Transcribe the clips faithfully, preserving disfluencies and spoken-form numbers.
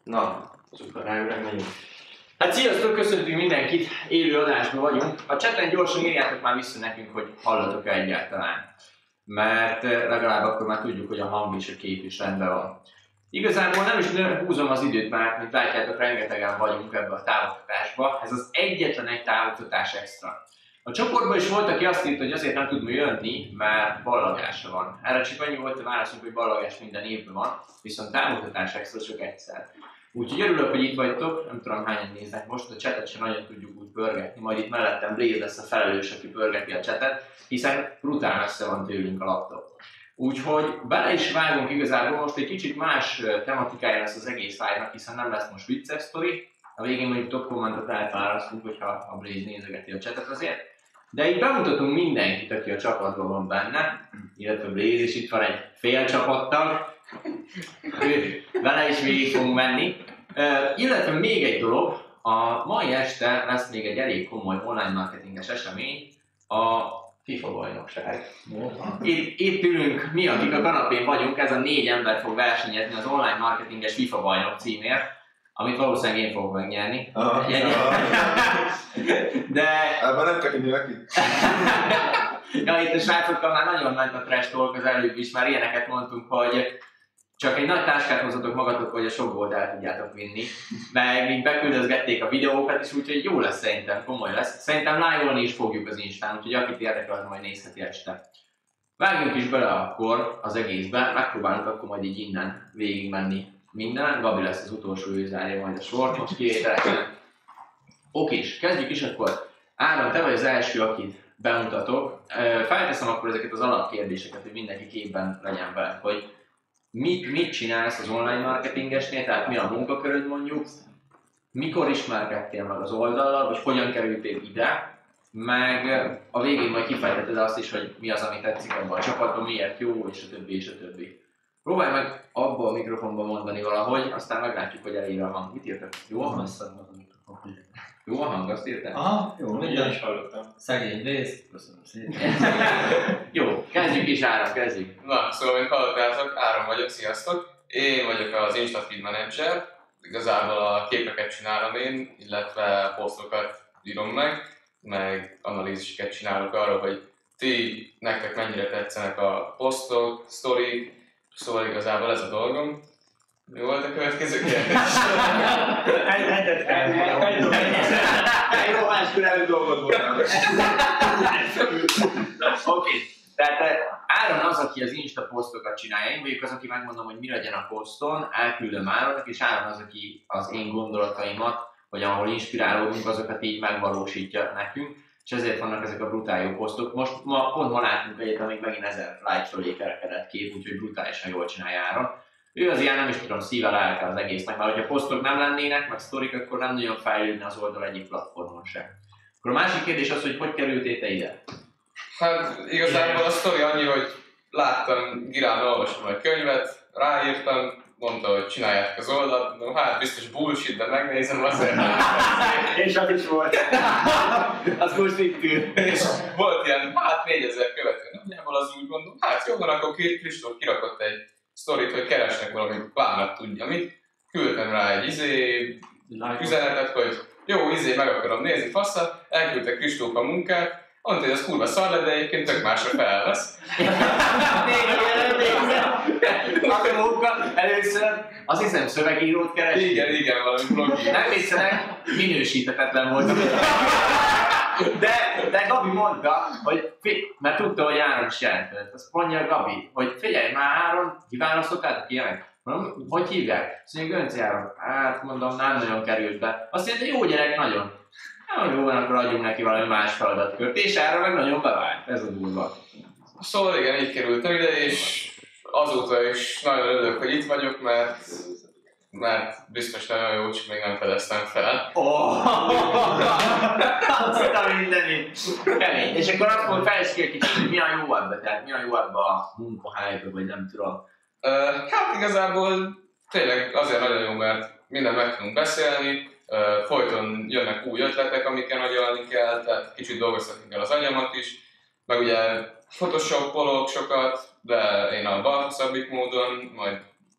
Na, szuper, rájövök megyünk. Hát sziasztok, köszöntünk mindenkit, élő adásban vagyunk. A chaten gyorsan írjátok már vissza nekünk, hogy hallatok-e egyáltalán. Mert legalább akkor már tudjuk, hogy a hang és a kép is rendben van. Igazából nem is húzom az időt, mert mint látjátok, rengetegen vagyunk ebbe a távoktatásba. Ez az egyetlen egy távoktatás extra. A csoportban is volt, aki azt írt, hogy azért nem tud jönni, mert ballagása van. Erre csak annyi volt a válaszunk, hogy ballagás minden évben van, viszont távoktatás extra csak egyszer. Úgyhogy örülök, hogy itt vagytok, nem tudom hányan néznek most, a chatet sem nagyon tudjuk úgy pörgetni, majd itt mellettem Blaze lesz a felelős, aki pörgeti a chatet, hiszen brutál messze van tőlünk a laptop. Úgyhogy bele is vágunk igazából, most egy kicsit más tematikája lesz az egész live-nak, hiszen nem lesz most vicces sztori. A végén mondjuk top kommentet elválasztunk, hogyha a Blaze nézegeti a chatet azért. De így bemutatunk mindenkit, aki a csapatban van benne, illetve Blaze is itt van egy fél csapattag. Vele is végig fogunk menni. Uh, illetve még egy dolog, a mai este lesz még egy elég komoly online marketinges esemény, a FIFA bajnokság. Itt, itt ülünk mi, akik a kanapén vagyunk, ez a négy ember fog versenyezni az online marketinges FIFA bajnok címért, amit valószínűleg én fogok megnyerni. Aha, de... Ebben nem kell inni neki. Ja, itt a srácokkal már nagyon ment a trash talk az előbb is, már ilyeneket mondtunk, hogy csak egy nagy táskát hozzatok magatok, hogy a sok gólt el tudjátok vinni. Meg így beküldözgették a videókat is, úgyhogy jó lesz szerintem, komoly lesz. Szerintem live-olni is fogjuk az Instán, úgyhogy akit érdekel, az majd nézheti este. Vágjunk is bele akkor az egészbe, megpróbálunk akkor majd így innen végigmenni minden. Gabi lesz az utolsó, ő zárja majd a sort, most kivételesen. Okés, kezdjük is akkor. Áron, te vagy az első, akit bemutatok. Felteszem akkor ezeket az alapkérdéseket, hogy mindenki képben legyen vele, hogy mit, mit csinálsz az online marketingesnél, tehát mi a munkaköröd mondjuk, mikor ismerkedtél meg az oldallal, vagy hogyan kerültél ide, meg a végén majd kifejteted azt is, hogy mi az, ami tetszik abban a csapatban, miért jó, és a többi, és a többi. Próbálj meg abba a mikrofonba mondani valahogy, aztán meglátjuk, hogy elér a hang. Mit írtak? Jó a hang? Jó a hang, azt írtál? Aha, jó, mindjárt is hallottam. Szegény rész, köszönöm szépen. Jó, kezdjük is Áron, kezdjük. Na, szóval, mint hallottátok, Áron vagyok, sziasztok! Én vagyok az InstaFeed Manager, igazából a képeket csinálom én, illetve posztokat írom meg, meg analíziseket csinálok arról, hogy ti, nektek mennyire tetszenek a posztok, sztorik, szóval igazából ez a dolgom. Mi volt a következő kérdés? Egyet kell, egy romáskor előtt dolgot voltam. Oké, tehát Áron az, aki az Insta posztokat csinálja, én vagyok az, aki megmondom, hogy mi legyen a poszton, elküldöm Áronnak, és Áron az, aki az én gondolataimat, vagy ahol inspirálódunk, azokat így megvalósítja nekünk, és ezért vannak ezek a brutál jó posztok. Most ma, pont ma látunk egyet, amíg megint ezer like fölé kerekedett kép, úgyhogy brutálisan jól csinálja Áron. Ő az ilyen, nem is tudom, szíve lelke az egésznek, mert hogyha posztok nem lennének, meg sztorik, akkor nem nagyon fejlődne az oldal egyik platformon sem. Akkor a másik kérdés az, hogy hogy kerültél te ide? Hát igazából a sztori annyi, hogy láttam, Girán olvastam egy könyvet, ráírtam, mondta, hogy csináljátok az oldalt, mondom, hát biztos bullshit, de megnézem azért. És az is volt. Az most itt ül. És volt ilyen, hát négyezer követő, nagyjából az úgy mondom, hát jó van, akkor Kristóf kirakott egy sztorit, hogy keresnek valamit, pláne tudja mit. Küldtem rá egy izé, üzenetet, hogy jó, izé, meg akarom nézni, fassa, elküldte Kristóf a munkát, mondta, hogy ez kurva szar le, de egyébként tök másra felvesz. Akkor munka, először azt hiszem szövegírót keresni. Igen, igen, valami blogír. Nem viccelek, minősíthetetlen volt. De, de Gabi mondta, hogy mert tudta, hogy Áron is jelentett. Azt mondja Gabi, hogy figyelj már Áron, kiválasztottátok ilyenek? Mondom, hogy hívják? Azt mondja, Gönci Áron. Hát mondom, nem nagyon került be. Azt mondja, jó gyerek, nagyon. Nem jó van, akkor adjunk neki valami más feladatkört, és Áron meg nagyon bevált. Ez a durva. Szóval igen, így kerültem ide, és azóta is nagyon örülök, hogy itt vagyok, mert mert biztos nagyon jó, csak még nem fedeztem fel. Oh, azt hittem mindenit. Kemény. És akkor azt mondom, fejtsd ki egy kicsit, hogy mi a jó ebbe, tehát mi a jó ebbe a munkahelybe, vagy nem tudom. Uh, hát igazából tényleg azért nagyon jó, mert mindent meg tudunk beszélni, uh, folyton jönnek új ötletek, amikkel agyalni kell, tehát kicsit dolgoztatni kell az agyamat is, meg ugye photoshopolok sokat, de én a balhosszabbik módon, majd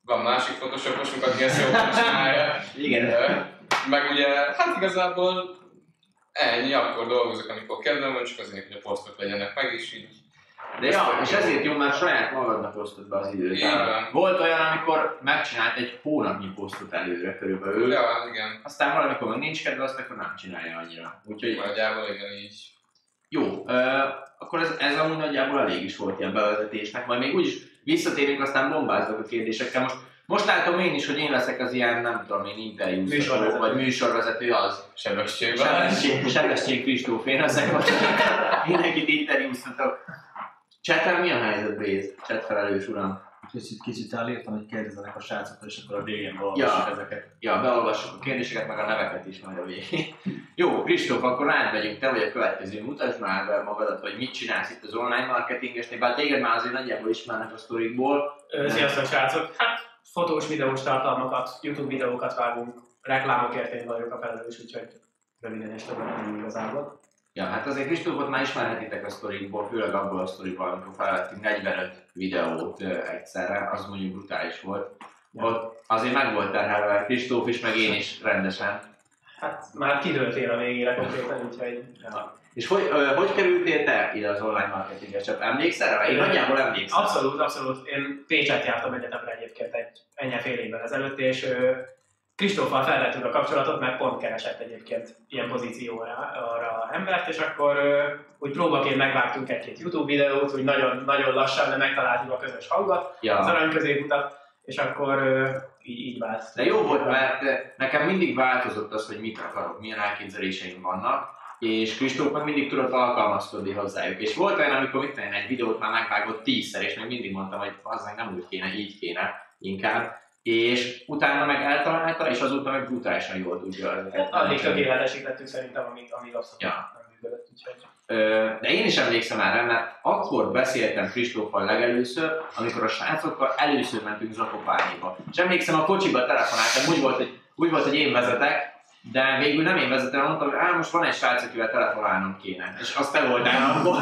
van másik photoshoposunk, aki ezt jobban csinálja. Igen. Meg ugye, hát igazából ennyi, akkor dolgozok, amikor kedvem van, csak azért, hogy a posztok legyenek meg, és így. De ja, és ezért jó, mert saját magadnak osztod be az időt. Volt olyan, amikor megcsinált egy hónapnyi posztot előre körülbelül. Ja, igen. Aztán valamikor meg nincs kedve, azt akkor nem csinálja annyira. Úgyhogy... Nagyjából igen, így. Jó, uh, akkor ez, ez amúgy nagyjából elég is volt ilyen bevezetésnek, majd még úgyis visszatérünk, aztán bombázok a kérdésekkel. Most, most látom én is, hogy én leszek az ilyen, nem tudom én, interjúztató, vagy műsorvezető az. Sebestyén. Sebestyén Kristóf, én leszek, hogy mindenkit interjúztatok. Csetel mi a helyzet, Béz? Cset felelős uram. Kicsit, kicsit elírtam, hogy kérdezzenek a srácoktól, és akkor a végén beolvassuk ja, ezeket. Ja, beolvassuk a kérdéseket, meg a neveket is majd a végén. Jó, Kristóf, akkor rád megyünk, te vagy a következő. Mutasd már be magadat, hogy mit csinálsz itt az online marketingesnél, bár téged már azért nagyjából ismernek a sztorikból. Sziasztok srácok! Hát fotós, videós tartalmakat, YouTube videókat vágunk, reklámokért én vagyok a felelős, úgyhogy röviden és többen igazából. Ja, hát azért Kristófot már ismerhetitek a sztorikból, főleg abból a sztorikból, amikor felvettünk negyvenöt videót ö, egyszerre, az mondjuk brutális volt. Ja. Ott azért meg volt terhelve Kristóf is, meg én is rendesen. Hát már kidőltél a végére konkrétan, úgyhogy... Ja. És hogy, ö, hogy kerültél te ide az online marketingre? Csak emlékszel rá? Én nagyjából emlékszem. Abszolút, abszolút. Én Pécset jártam egyetemre egyébként egy ennyi fél évvel ezelőtt, és ö, Kristóffal felvettük a kapcsolatot, mert pont keresett egyébként ilyen pozícióra arra a embert, és akkor úgy próbaként megvágtunk egy-két YouTube videót, úgy nagyon, nagyon lassan, de megtaláltuk a közös hangot, ja. Az arany középutat, és akkor így, így vált. De jó volt, mert nekem mindig változott az, hogy mit akarok, milyen elképzeléseim vannak, és Kristóf meg mindig tudott alkalmazkodni hozzájuk. És volt olyan, amikor mit tenni, egy videót már megvágott tízszer, és még mindig mondtam, hogy az nem úgy kéne, így kéne inkább. És utána meg eltalálta, és azóta meg brutálisan jól tudja ezeket. Addig tökéletesítettük szerintem, amíg, amíg abszolút ja. nem működött. Úgyhogy. De én is emlékszem erre, mert akkor beszéltem Kristóffal legelőször, amikor a srácokkal először mentünk Zakopányéba. És emlékszem, a kocsiba telefonáltam, úgy volt, hogy, úgy volt, hogy én vezetek, de végül nem én vezetem, mondtam, hogy á, most van egy srác, akivel telefonálnom kéne. És azt te voltál akkor.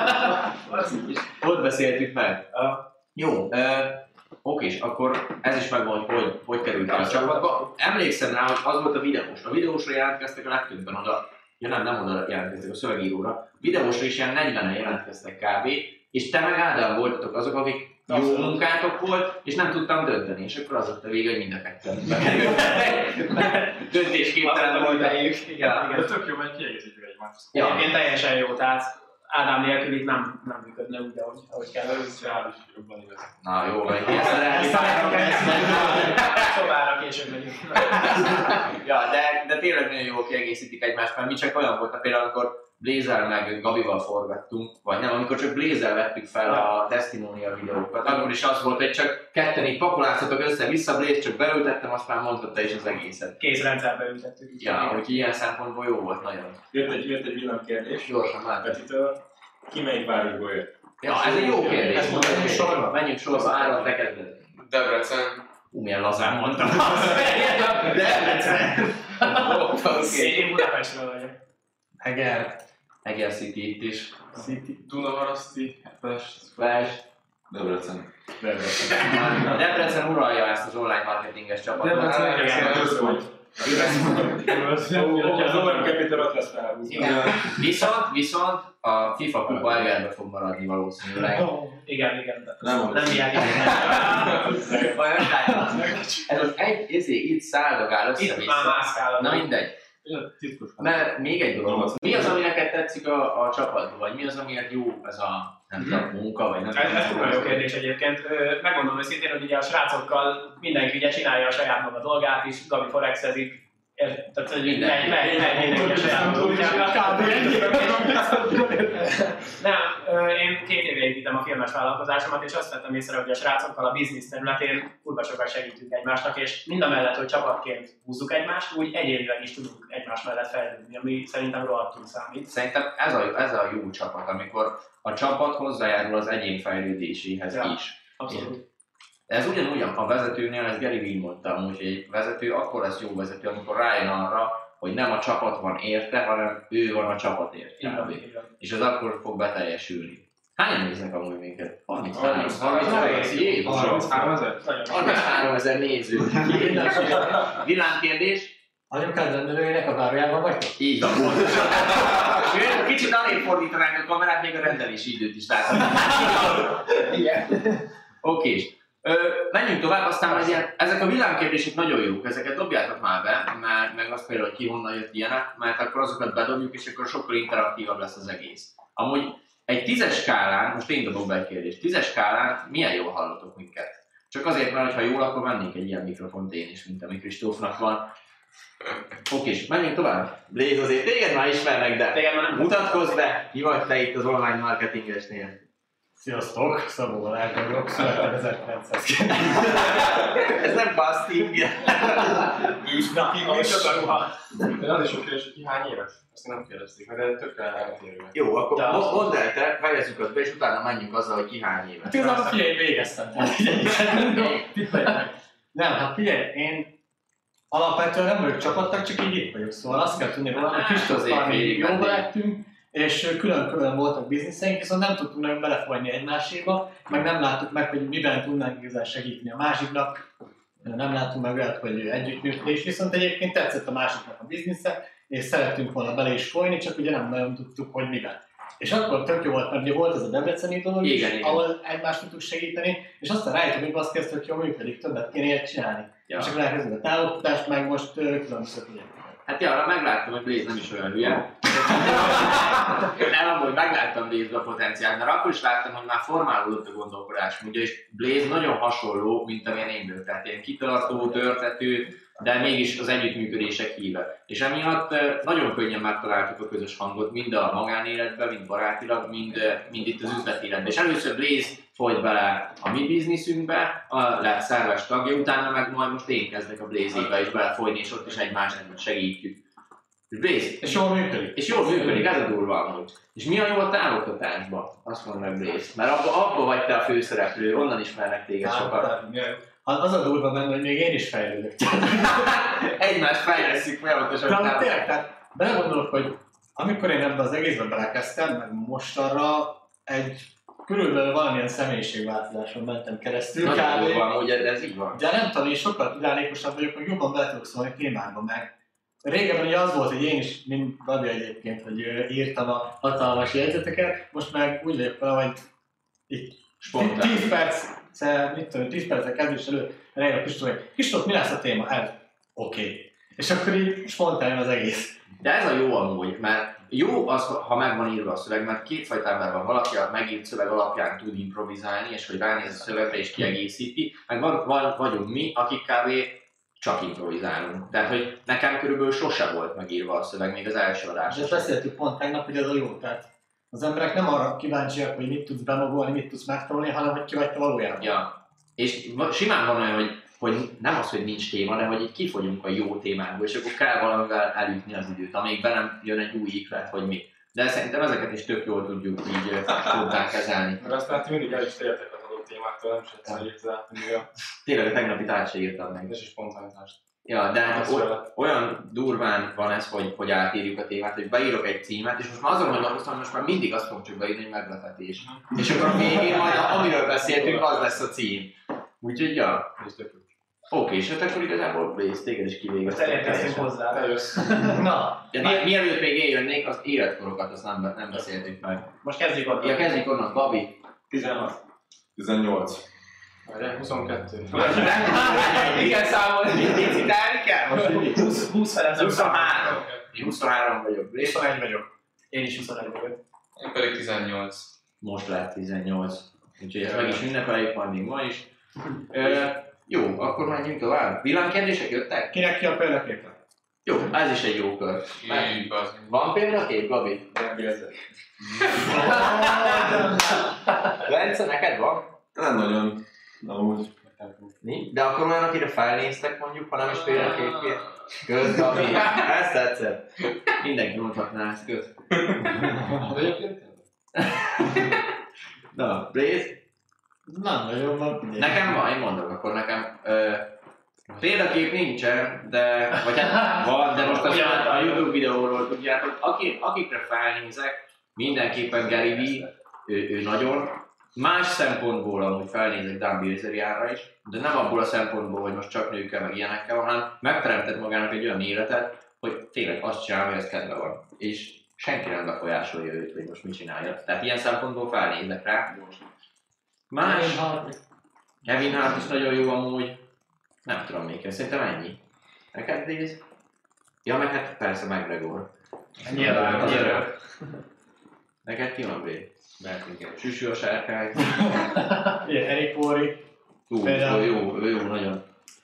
És ott beszéltük meg. Jó. Oké, és akkor ez is megvan, hogy hogy, hogy kerültél a csapatba. Emlékszem rá, hogy az volt a videós. A videósra jelentkeztek a legtöbben oda, ja nem, nem oda jelentkeztek, a szövegíróra. A videósra is ilyen negyvenen jelentkeztek kb. És te meg Ádám voltatok azok, akik jó munkátok volt, és nem tudtam dönteni. És akkor az ott a vége, hogy mind a ketten döntésképtelen volt eljük. Igen, de tök jó, mert kiegészítjük egymást. Egyébként teljesen jó, tehát Ádám nélkül itt nem, nem működne úgy, ahogy, ahogy kell. Rá is jobban igaz. Na jó, vagy ki ezt a Szobára később megyünk. Ja, de, de tényleg nagyon jól kiegészítik egymást, mert mi csak olyan volt, például amikor Blazer meg Gabival forgattunk, vagy nem, amikor csak Blazer vettük fel a testimonial videókat, akkor is az volt, hogy csak ketten így pakoláztatok össze-vissza, Blaze csak beültettem, aztán mondta is az egészet. Kész rendszerbe ültettük. Ja, úgyhogy ilyen szempontból jó volt nagyon. Jött egy, jött egy villámkérdés. Gyorsan már. Petitől. Ki melyik városból jött? Ja, ez egy jó kérdés. Menjünk sorba, menjünk sorba, Áron, te kezded. Debrecen. Hú, milyen lazán mondtam. Debrecen. Én Budapestről vagyok. Eger. Eger City itt is. City. Dunaharaszti. Pest. Pest. Debrecen. Debrecen. Debrecen uralja ezt az online marketinges csapatot. Debrecen az online capital ott lesz felhúzva. Viszont, viszont a FIFA kupa Egerbe fog maradni valószínűleg. Igen, igen. Nem, nem ilyen. Ez az egy, ezért itt száldogál össze-vissza. Na mindegy. Mert még egy dolog, mi az, ami neked tetszik a, a csapatban, vagy mi az, amiért jó ez a nem tudom, munka, vagy nem tudom. Ez nagyon jó kérdés egyébként. Megmondom őszintén, hogy ugye a srácokkal mindenki ugye csinálja a saját maga dolgát is, Gabi forexezik, tehát hogy mindenki a saját maga dolgát. Nem, én két éve építem a filmes vállalkozásomat, és azt vettem észre, hogy a srácokkal a biznisz területén kurva sokat segítünk egymásnak, és mind a mellett, hogy csapatként húzzuk egymást, úgy egyénileg is tudunk egymás mellett fejlődni, ami szerintem rohadtul számít. Szerintem ez a, ez a jó csapat, amikor a csapat hozzájárul az egyén fejlődéséhez ja, is. Abszolút. Ez ugyanúgy a vezetőnél, ez Gary Vee mondta amúgy, hogy egy vezető akkor lesz jó vezető, amikor rájön arra, hogy nem a csapat van érte, hanem ő van a csapatért. És az akkor fog beteljesülni. Hányan néznek amúgy minket? harminchárom ezer? harminchárom ezer néző. Villámkérdés? Anyukád rendelőjének a várójában vagytok? Így van. Kicsit arrébb fordítanánk a kamerát, még a rendelési időt is láthatjuk. Igen. Oké. Menjünk tovább, aztán majd ilyen, ezek a villámkérdések nagyon jók, ezeket dobjátok már be, mert meg azt például, hogy ki honnan jött ilyenek, mert akkor azokat bedobjuk, és akkor sokkal interaktívabb lesz az egész. Amúgy egy tízes skálán, most én dobok be egy kérdést, tízes skálán milyen jól hallotok minket? Csak azért, mert ha jól, akkor vennénk egy ilyen mikrofont én is, mint ami Kristófnak van. Oké, és menjünk tovább. Blaze, azért téged már ismernek, de mutatkozz be, ki vagy te itt az online marketingesnél. Sziasztok, Szabó Balázs vagyok, születtem ezerkilencszázkilencven. Ez nem casting. Na, micsoda ruha. De az is sok kérdés, hogy ki hány éves? Azt nem kérdezték, mert ez tökre eltérő. Jó, akkor De mo- mondd el te, fejezzük azt be, és utána menjünk azzal, hogy ki hány éves. Hát igazából figyelj, végeztem. Nem, hát figyelj, én alapvetően nem vagyok csapattag, csak így itt vagyok. Szóval azt kell tudni róla, hogy Kristóffal mi jóba lettünk, és külön-külön voltak bizniszeink, viszont nem tudtunk nagyon belefolyni egymáséba, meg nem láttuk meg, hogy miben tudnánk igazán segíteni a másiknak. Nem láttunk meg olyat, hogy együttműködés, viszont egyébként tetszett a másiknak a biznisze, és szerettünk volna bele is folyni, csak ugye nem nagyon tudtuk, hogy miben. És akkor tök jó volt, mert ugye volt ez a debreceni dolog is, igen, igen. ahol egymást tudtuk segíteni, és aztán rájöttünk, hogy azt kezdtük, hogy jól működik, többet kéne ilyet csinálni. Ja. És akkor elkezdünk a távoktatást, meg most különböző ügyeket. Hát ja, arra megláttam, hogy Blaze nem is olyan hülye. Nem, amúgy megláttam Blaze-be a potenciált, mert akkor is láttam, hogy már formálódott a gondolkodásmódja, és Blaze nagyon hasonló, mint amilyen én vagyok. Tehát ilyen kitartó, törtető, de mégis az együttműködések híve. És emiatt nagyon könnyen megtaláltuk a közös hangot, mind a magánéletben, mind barátilag, mind, mind itt az üzletéletben. És először Blaze folyt bele a mi bizniszünkbe, a lett szerves tagja, utána meg majd most én kezdek a Blaze-ébe is belefolyni, és ott is egymást segítjük. Blaze, És jól működik. és jól működik, ez a durva amúgy. És mi a jó a távoktatásban? Azt mondom meg Blaze. Mert abba, abba vagy te a főszereplő, onnan ismernek téged sokat. Az a durva benne, hogy még én is fejlődök. Egymást fejlesztjük folyamatosan. De amúgy tényleg, tehát belegondolok, hogy amikor én ebbe az egészbe belekezdtem, meg most arra egy körülbelül valamilyen személyiségváltozáson mentem keresztül. Nagyon durva amúgy, de ez így van. De nem tudom, én sokkal tudálékosabb vagyok, hogy jobban bele tudok szólni témákba meg. Régebben ugye az volt, hogy én is, mint Gabi egyébként, hogy írtam a hatalmas jegyzeteket, most meg úgy vagyok vele, hogy itt Spontán. tíz perc, mit tudom, tíz percet kezdés előtt elején a Kristóf, hogy Kristóf, mi lesz a téma? Ez oké. Okay. És akkor így spontán az egész. De ez a jó amúgy, mert jó az, ha meg van írva a szöveg, mert kétfajta ember van, valaki a megírt szöveg alapján tud improvizálni, és hogy ránéz a szövegre és kiegészíti, meg van, van, vagyunk mi, akik kb. Csak improvizálunk. Tehát, hogy nekem körülbelül sose volt megírva a szöveg, még az első adás. És ezt beszéltük pont tegnap, hogy ez a jó. Tehát az emberek nem arra kíváncsiak, hogy mit tudsz bemagolni, mit tudsz megtanulni, hanem hogy ki vagy te valójában. Ja. És simán van olyan, hogy, hogy nem az, hogy nincs téma, de hogy így kifogyunk a jó témákból, és akkor kell valamivel elütni az időt, amíg be nem jön egy új iklet, hogy mi. De szerintem ezeket is tök jól tudjuk így tudnánk kezelni. Mert aztán ti mindig el is tértek az adott témáktól, nem is egyszer írtál mindig a... Tényleg a tegnapit át se írtam meg. Ez is spontanitást. Ja, de hát oly, olyan durván van ez, hogy, hogy átírjuk a témát, hogy beírok egy címet, és most már azon gondolkoztam, hogy most már mindig azt fogom csak beírni, hogy meglepetés. És akkor a végén majd, amiről beszéltünk, az lesz a cím. Úgyhogy, ja. Oké, és hát akkor igazából Blaze, téged is kivégeztek. Most elérkeztünk hozzá. Te jössz. Na, Ja, mi, mielőtt még éljönnék, az életkorokat azt nem, nem beszéltük meg. Most kezdjük ott. Ja, kezdjük onnan, Gabi. tizenhat. tizennyolc. huszonkettő. Igen, számolni. Licitálni kell? Most húsz, húsz felett. huszonhárom. Én huszonhárom vagyok. Blaze. huszonegy vagyok. Én is huszonegy vagyok. Én pedig tizennyolc. Most lett tizennyolc. Úgyhogy ezt meg is ünnepeljük majd még ma is. Ö, jó, akkor menjünk tovább. Villámkérdések jöttek? Kinek ki a példaképe? Jó, ez is egy jó kör. Így az. Van példakép, Gabi? Nem érzed. Bence, neked van? Nem nagyon. Na úgy. Nincs? De akkor olyan, akire felnéztek mondjuk, ha nem is példaképként. Kösz, Gabi. Ez tetszett. Mindenki mondhatná ezt, kösz. De egyébként? Na, Blaze? Nem nagyon van. Nekem van, én mondok, akkor nekem ö, példakép nincsen, de, vagy hát van, de most azt a YouTube videóról tudjátok, akik, akikre felnézek, mindenképpen Gary Vee, ő, ő nagyon. Más szempontból amúgy felnézek Dan Bilzerianra is, de nem abból a szempontból, hogy most csak nőkkel meg ilyenekkel, hanem megteremtett magának egy olyan életet, hogy tényleg azt csinál, hogy ez kedve van. És senki nem befolyásolja őt, hogy most mit csinálja. Tehát ilyen szempontból felnézek rá. Más... Kevin Hart is nagyon jó amúgy. Nem tudom még, szerintem ennyi. Neked néz? Ja, meg hát persze McGregor. Nyilván. Neked ki van Bray? Süsű a sárkány. Ilyen Eric Worre. Jó, jó, jó, jó, nagyon.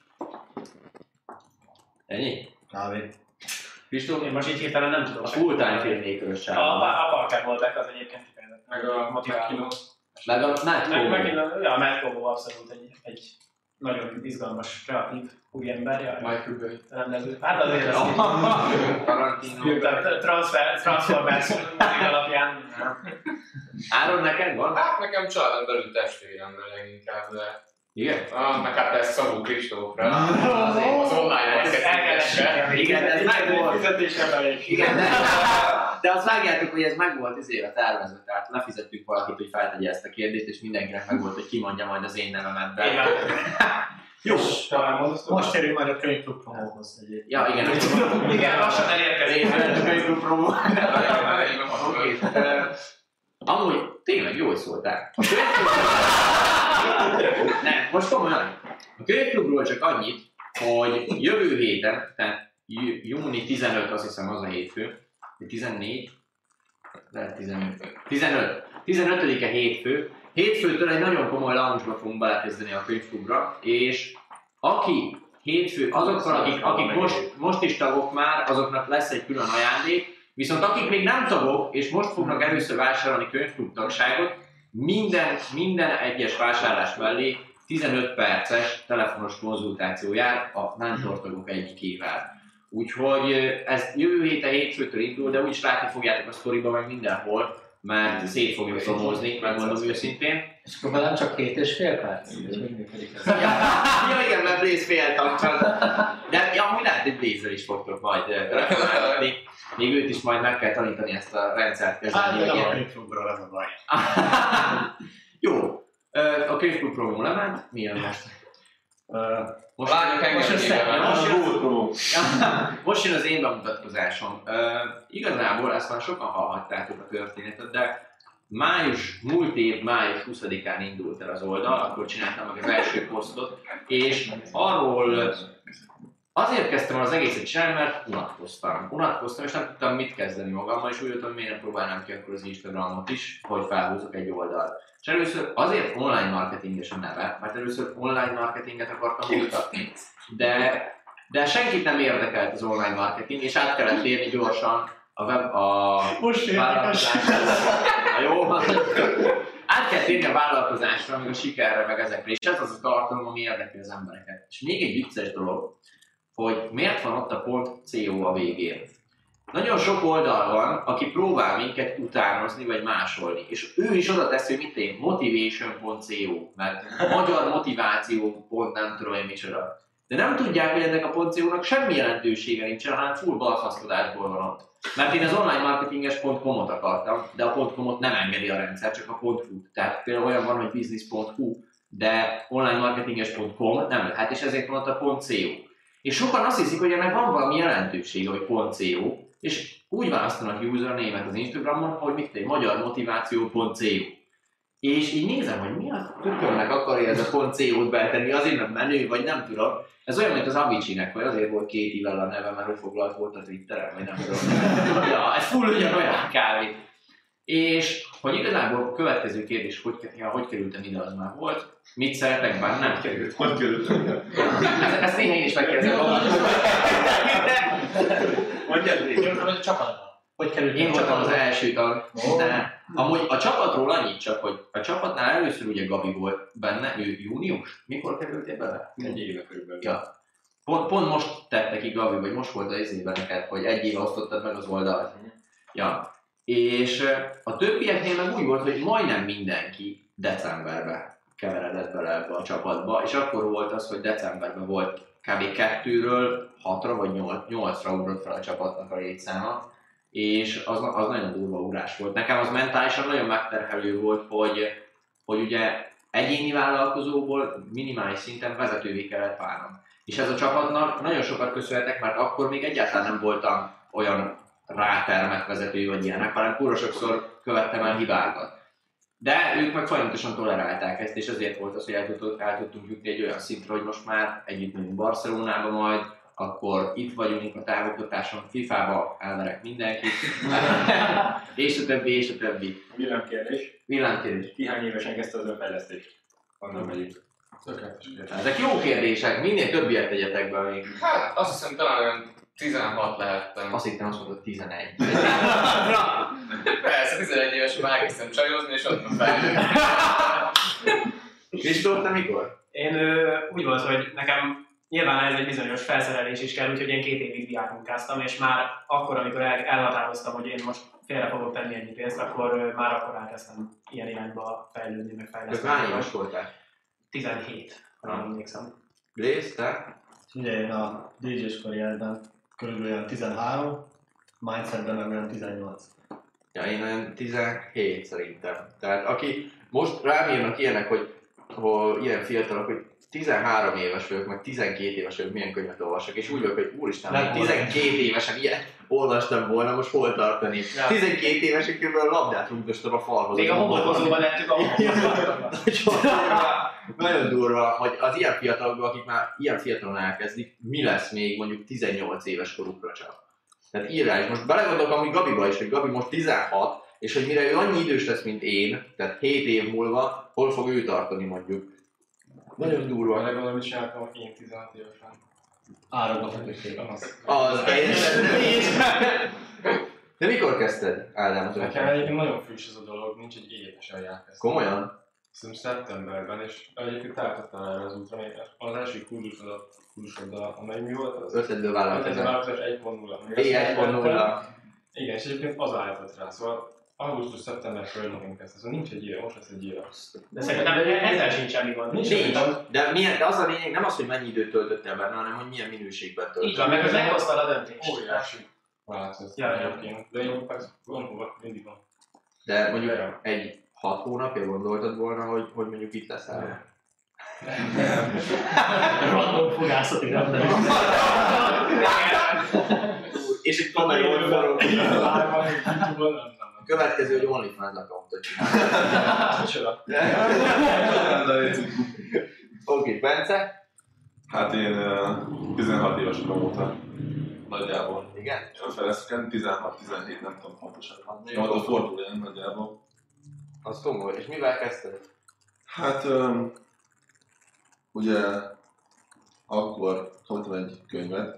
Ennyi? Kávé. Kristóf? Én most így hirtelen nem tudom. A full-time filmmaker-ös A, sárkány. a Parker volt az egyébként kifejezett. Meg a motiváló. Meg a Matt Meg, Cobo. megint a, ja, a Matt Cobo abszolút egy, egy nagyon izgalmas, kreatív úriember. Ja, Michael Bay. rendező. Hát azért ez Tarantino. transfer, Transformers alapján. Áron, neked van? Hát nekem családon belül testvéremben leginkább, de... Igen? Ah, meg hát ez Szabó Kristófra. Az online marketingesre. Igen, ez meg volt. Fizetésemelés. Igen, de, de azt vágjátok, hogy ez meg volt izére tervezve, tehát lefizettük valakit, hogy feltegye ezt a kérdést, és mindenkinek meg volt, hogy kimondja majd az én nevemet be. Jó, Most érünk majd a könyvklub promóhoz egyébként. ja igen, Igen, lassan elérkezik. a könyvklub promó. Oké, ö, amúgy tényleg jól szóltál. A könyvklub- Nem, most komolyan. A könyvklubról csak annyit, hogy jövő héten, tehát jú- júni tizenöt, azt hiszem az a hétfő, vagy tizennégy, lehet tizenöt. tizenöt. tizenötödike hétfő. Hétfőtől egy nagyon komoly launchba fogunk belekezdeni a könyvklubra, és aki hétfő, azokkal, akik, akik most, most is tagok már, azoknak lesz egy külön ajándék, viszont akik még nem tagok, és most fognak először vásárolni könyvklub tagságot, minden, minden egyes vásárlás mellé tizenöt perces telefonos konzultáció jár a mentortagok egyikével. Úgyhogy ez jövő héten hétfőtől indul, de úgyis látni fogjátok a sztoriban meg mindenhol, mert szét fogjuk promózni, megmondom őszintén. És akkor velem csak két és fél perc? És még működik ez. Ja, ja igen, mert Blaze fél tagcsal. De ja, amúgy lehet, hogy Blaze-ről is fogtok majd rekomendálni. Még őt is majd meg kell tanítani ezt a rendszert kezelni. Hát, de hogy nem a ilyen- könyvklubról, ez a baj. Jó, Ö, a könyvklub promó lement, milyen most? Ö, Most, Lányok engem most, hívnak. össze- A most, jön, Gold Pro. most jön az én bemutatkozásom. Ö, igazából ezt már sokan hallhattátok a történetet, de május, múlt év május huszadikán indult el az oldal, akkor csináltam meg az első posztot, és arról azért kezdtem el az egészet csinálni, mert unatkoztam. Unatkoztam, és nem tudtam mit kezdeni magammal, és úgy jöttem, hogy miért nem próbálnám ki akkor az Instagramot is, hogy felhúzok egy oldalt. És először azért online marketinges a neve, mert először online marketinget akartam mutatni, de, de senkit nem érdekelt az online marketing, és át kellett térni gyorsan a web, a Most érdekes. Na jó, át kell térni a vállalkozásra, meg a sikerre, meg ezekre, és ez az a tartalom, ami érdekli az embereket. És még egy vicces dolog, hogy miért van ott a .co a végén. Nagyon sok oldal van, aki próbál minket utánozni, vagy másolni, és ő is oda teszi, hogy mit én, motivation pont co, mert magyar motiváció pont nem tudom én micsoda. De nem tudják, hogy ennek a .co-nak semmi jelentősége nincsen, hanem full balfaszkodásból van ott. Mert én az onlinemarketinges pont com-ot akartam, de a .com-ot nem engedi a rendszer, csak a .hu. Tehát például olyan van, hogy business pont hu, de onlinemarketinges pont com nem lehet, és ezért van ott a .co. És sokan azt hiszik, hogy ennek van valami jelentősége, hogy .co, és úgy választanak username-et az Instagramon, hogy mit egy magyar motiváció pont co. És így nézem, hogy mi a tökölnek akarja ez a .co-t betenni, azért nem menő, vagy nem tudom. Ez olyan, mint az Avicii-nek, vagy azért volt két illal a neve, mert ő foglalt volt a Twitteren, vagy nem tudom. Ja, ez full ugyanolyan kávé. És hogy igazából következő kérdés, hogy, ja, hogy kerültem ide, az már volt. Mit szeretek benne? Nem került. Hogy kerültem? Ezt, ezt néha én is megkérdezem magamtól. Mondjad végül, hogy a csapatban. Hogy került? Én voltam az első tag, de amúgy a csapatról annyit csak, hogy a csapatnál először ugye Gabi volt benne, ő június? Mikor kerültél bele? Egy éve körülbelül. Ja. Pont, pont most tette ki Gabi, vagy most volt az izében neked, hogy egy éve osztottad meg az oldalt. Ja. És a többieknél meg úgy volt, hogy majdnem mindenki decemberben keveredett bele ebbe a csapatba, és akkor volt az, hogy decemberben volt kb. kettőről hatra vagy nyolcra ugrott fel a csapatnak a létszáma, és az, az nagyon durva ugrás volt. Nekem az mentálisan nagyon megterhelő volt, hogy, hogy ugye egyéni vállalkozóból minimális szinten vezetővé kellett válnom. És ez a csapatnak nagyon sokat köszönhetek, mert akkor még egyáltalán nem voltam olyan rátermett vezető vagy ilyenek, hanem kurva sokszor követtem el hibákat. De ők meg folyamatosan tolerálták ezt, és ezért volt az, hogy el, tudtuk, el tudtunk jutni egy olyan szintre, hogy most már együtt megyünk Barcelonába majd, akkor itt vagyunk a távoktatáson, fifába elverek mindenkit, és a többi, és a többi. Villámkérdés. Villámkérdés. Ki hány évesen kezdte az önfejlesztést? Honnan megyünk? Tökéletes kérdés. Ezek jó kérdések, minél többiet tegyetek be még. Hát azt hiszem talán olyan tizenhat lehettem. Azt hittem, azt mondod tizenegy. Persze, tizenegy évesen már elkezdtem csajozni, és ott fejlődni. Kristóf, te mikor? Én ö, úgy volt, hogy nekem nyilván ez egy bizonyos felszerelés is kell, úgyhogy én két évig diákmunkáztam, és már akkor, amikor el, elhatároztam, hogy én most félre fogok tenni ennyi pénzt, akkor ö, már akkor elkezdtem ilyen irányba fejlődni, meg Ez fejleszteni. hány éves voltál? tizenhét, ha nem emlékszem. Blaze, te? Ugye én a dé dzsés karrierben körülbelül olyan tizenhárom, mindsetben meg olyan tizennyolc. Ja, én olyan tizenhét szerintem. Tehát aki most rám írnak ilyenek, hogy, hogy ilyen fiatalok, hogy tizenhárom éves vagyok, meg tizenkét éves vagyok, milyen könyvet olvasok, és úgy vagyok, hogy úristen, Nem még tizenkét évesen ilyen olvastam volna, most hol tartani? Ja. tizenkét évesen kb. A labdát rúgdostam a falhoz. Még a homokozóban lettük a homokozóban. Nagyon durva, nagyon durva, hogy az ilyen fiatalok, akik már ilyen fiatalon elkezdik, mi lesz még mondjuk tizennyolc éves korukra csak. Tehát írás. Most belegondolok amúgy Gabiba is, hogy Gabi most tizenhat, és hogy mire ő annyi idős lesz, mint én, tehát hét év múlva, hol fog ő tartani mondjuk. Nagyon durva. Belegondolom, mit csináltam én tizenhat évesen. Árokba feküdték. Az. Az teljesen nem is. De mikor kezdted, Ádám? az Nekem ötletet? egyébként nagyon friss ez a dolog, nincs egy évesen elkezdtem. Komolyan? Szerintem szeptemberben, és egyébként eltettem erre az útra, még az első kurzusodat, kurzusoddal, amely mi volt az? Ötletből Ez a vállalkozás. vállalkozás egy pont nulla. É egy pont nulla. Igen, és egyébként az állított rá, szóval augusztus-szeptember környékén kezdte, szóval nincs egy éve, most lesz egy éve. De szerintem ezzel sincs semmi gond. Nincs. Nincs. De, milyen, de az a lényeg nem az, hogy mennyi időt töltöttél benne, hanem hogy milyen minőségben Így töltöttél. van, meg az meghoztad a döntést. Óriási változás Ja, ja. egyébként, de jó, persze, gondolva, mindig van. De mondjuk Ja. egy hat hónapja gondoltad volna, hogy, hogy mondjuk itt leszel? Random fogászati rendelés. És egy kamerón forró. Live-ban, YouTube-on, nem, nem, nem. Következő, hogy OnlyFans accountot csinálni. Micsoda? Oké, Bence? Hát én uh, tizenhat éves korom óta nagyjából. Igen? Fejlesztően tizenhat tizenhét, nem tudom pontosan. Nagyon Majd a jó. fordul ilyen nagyjából. Az komoly. És mivel kezdted? Hát um, ugye akkor kaptam egy könyvet,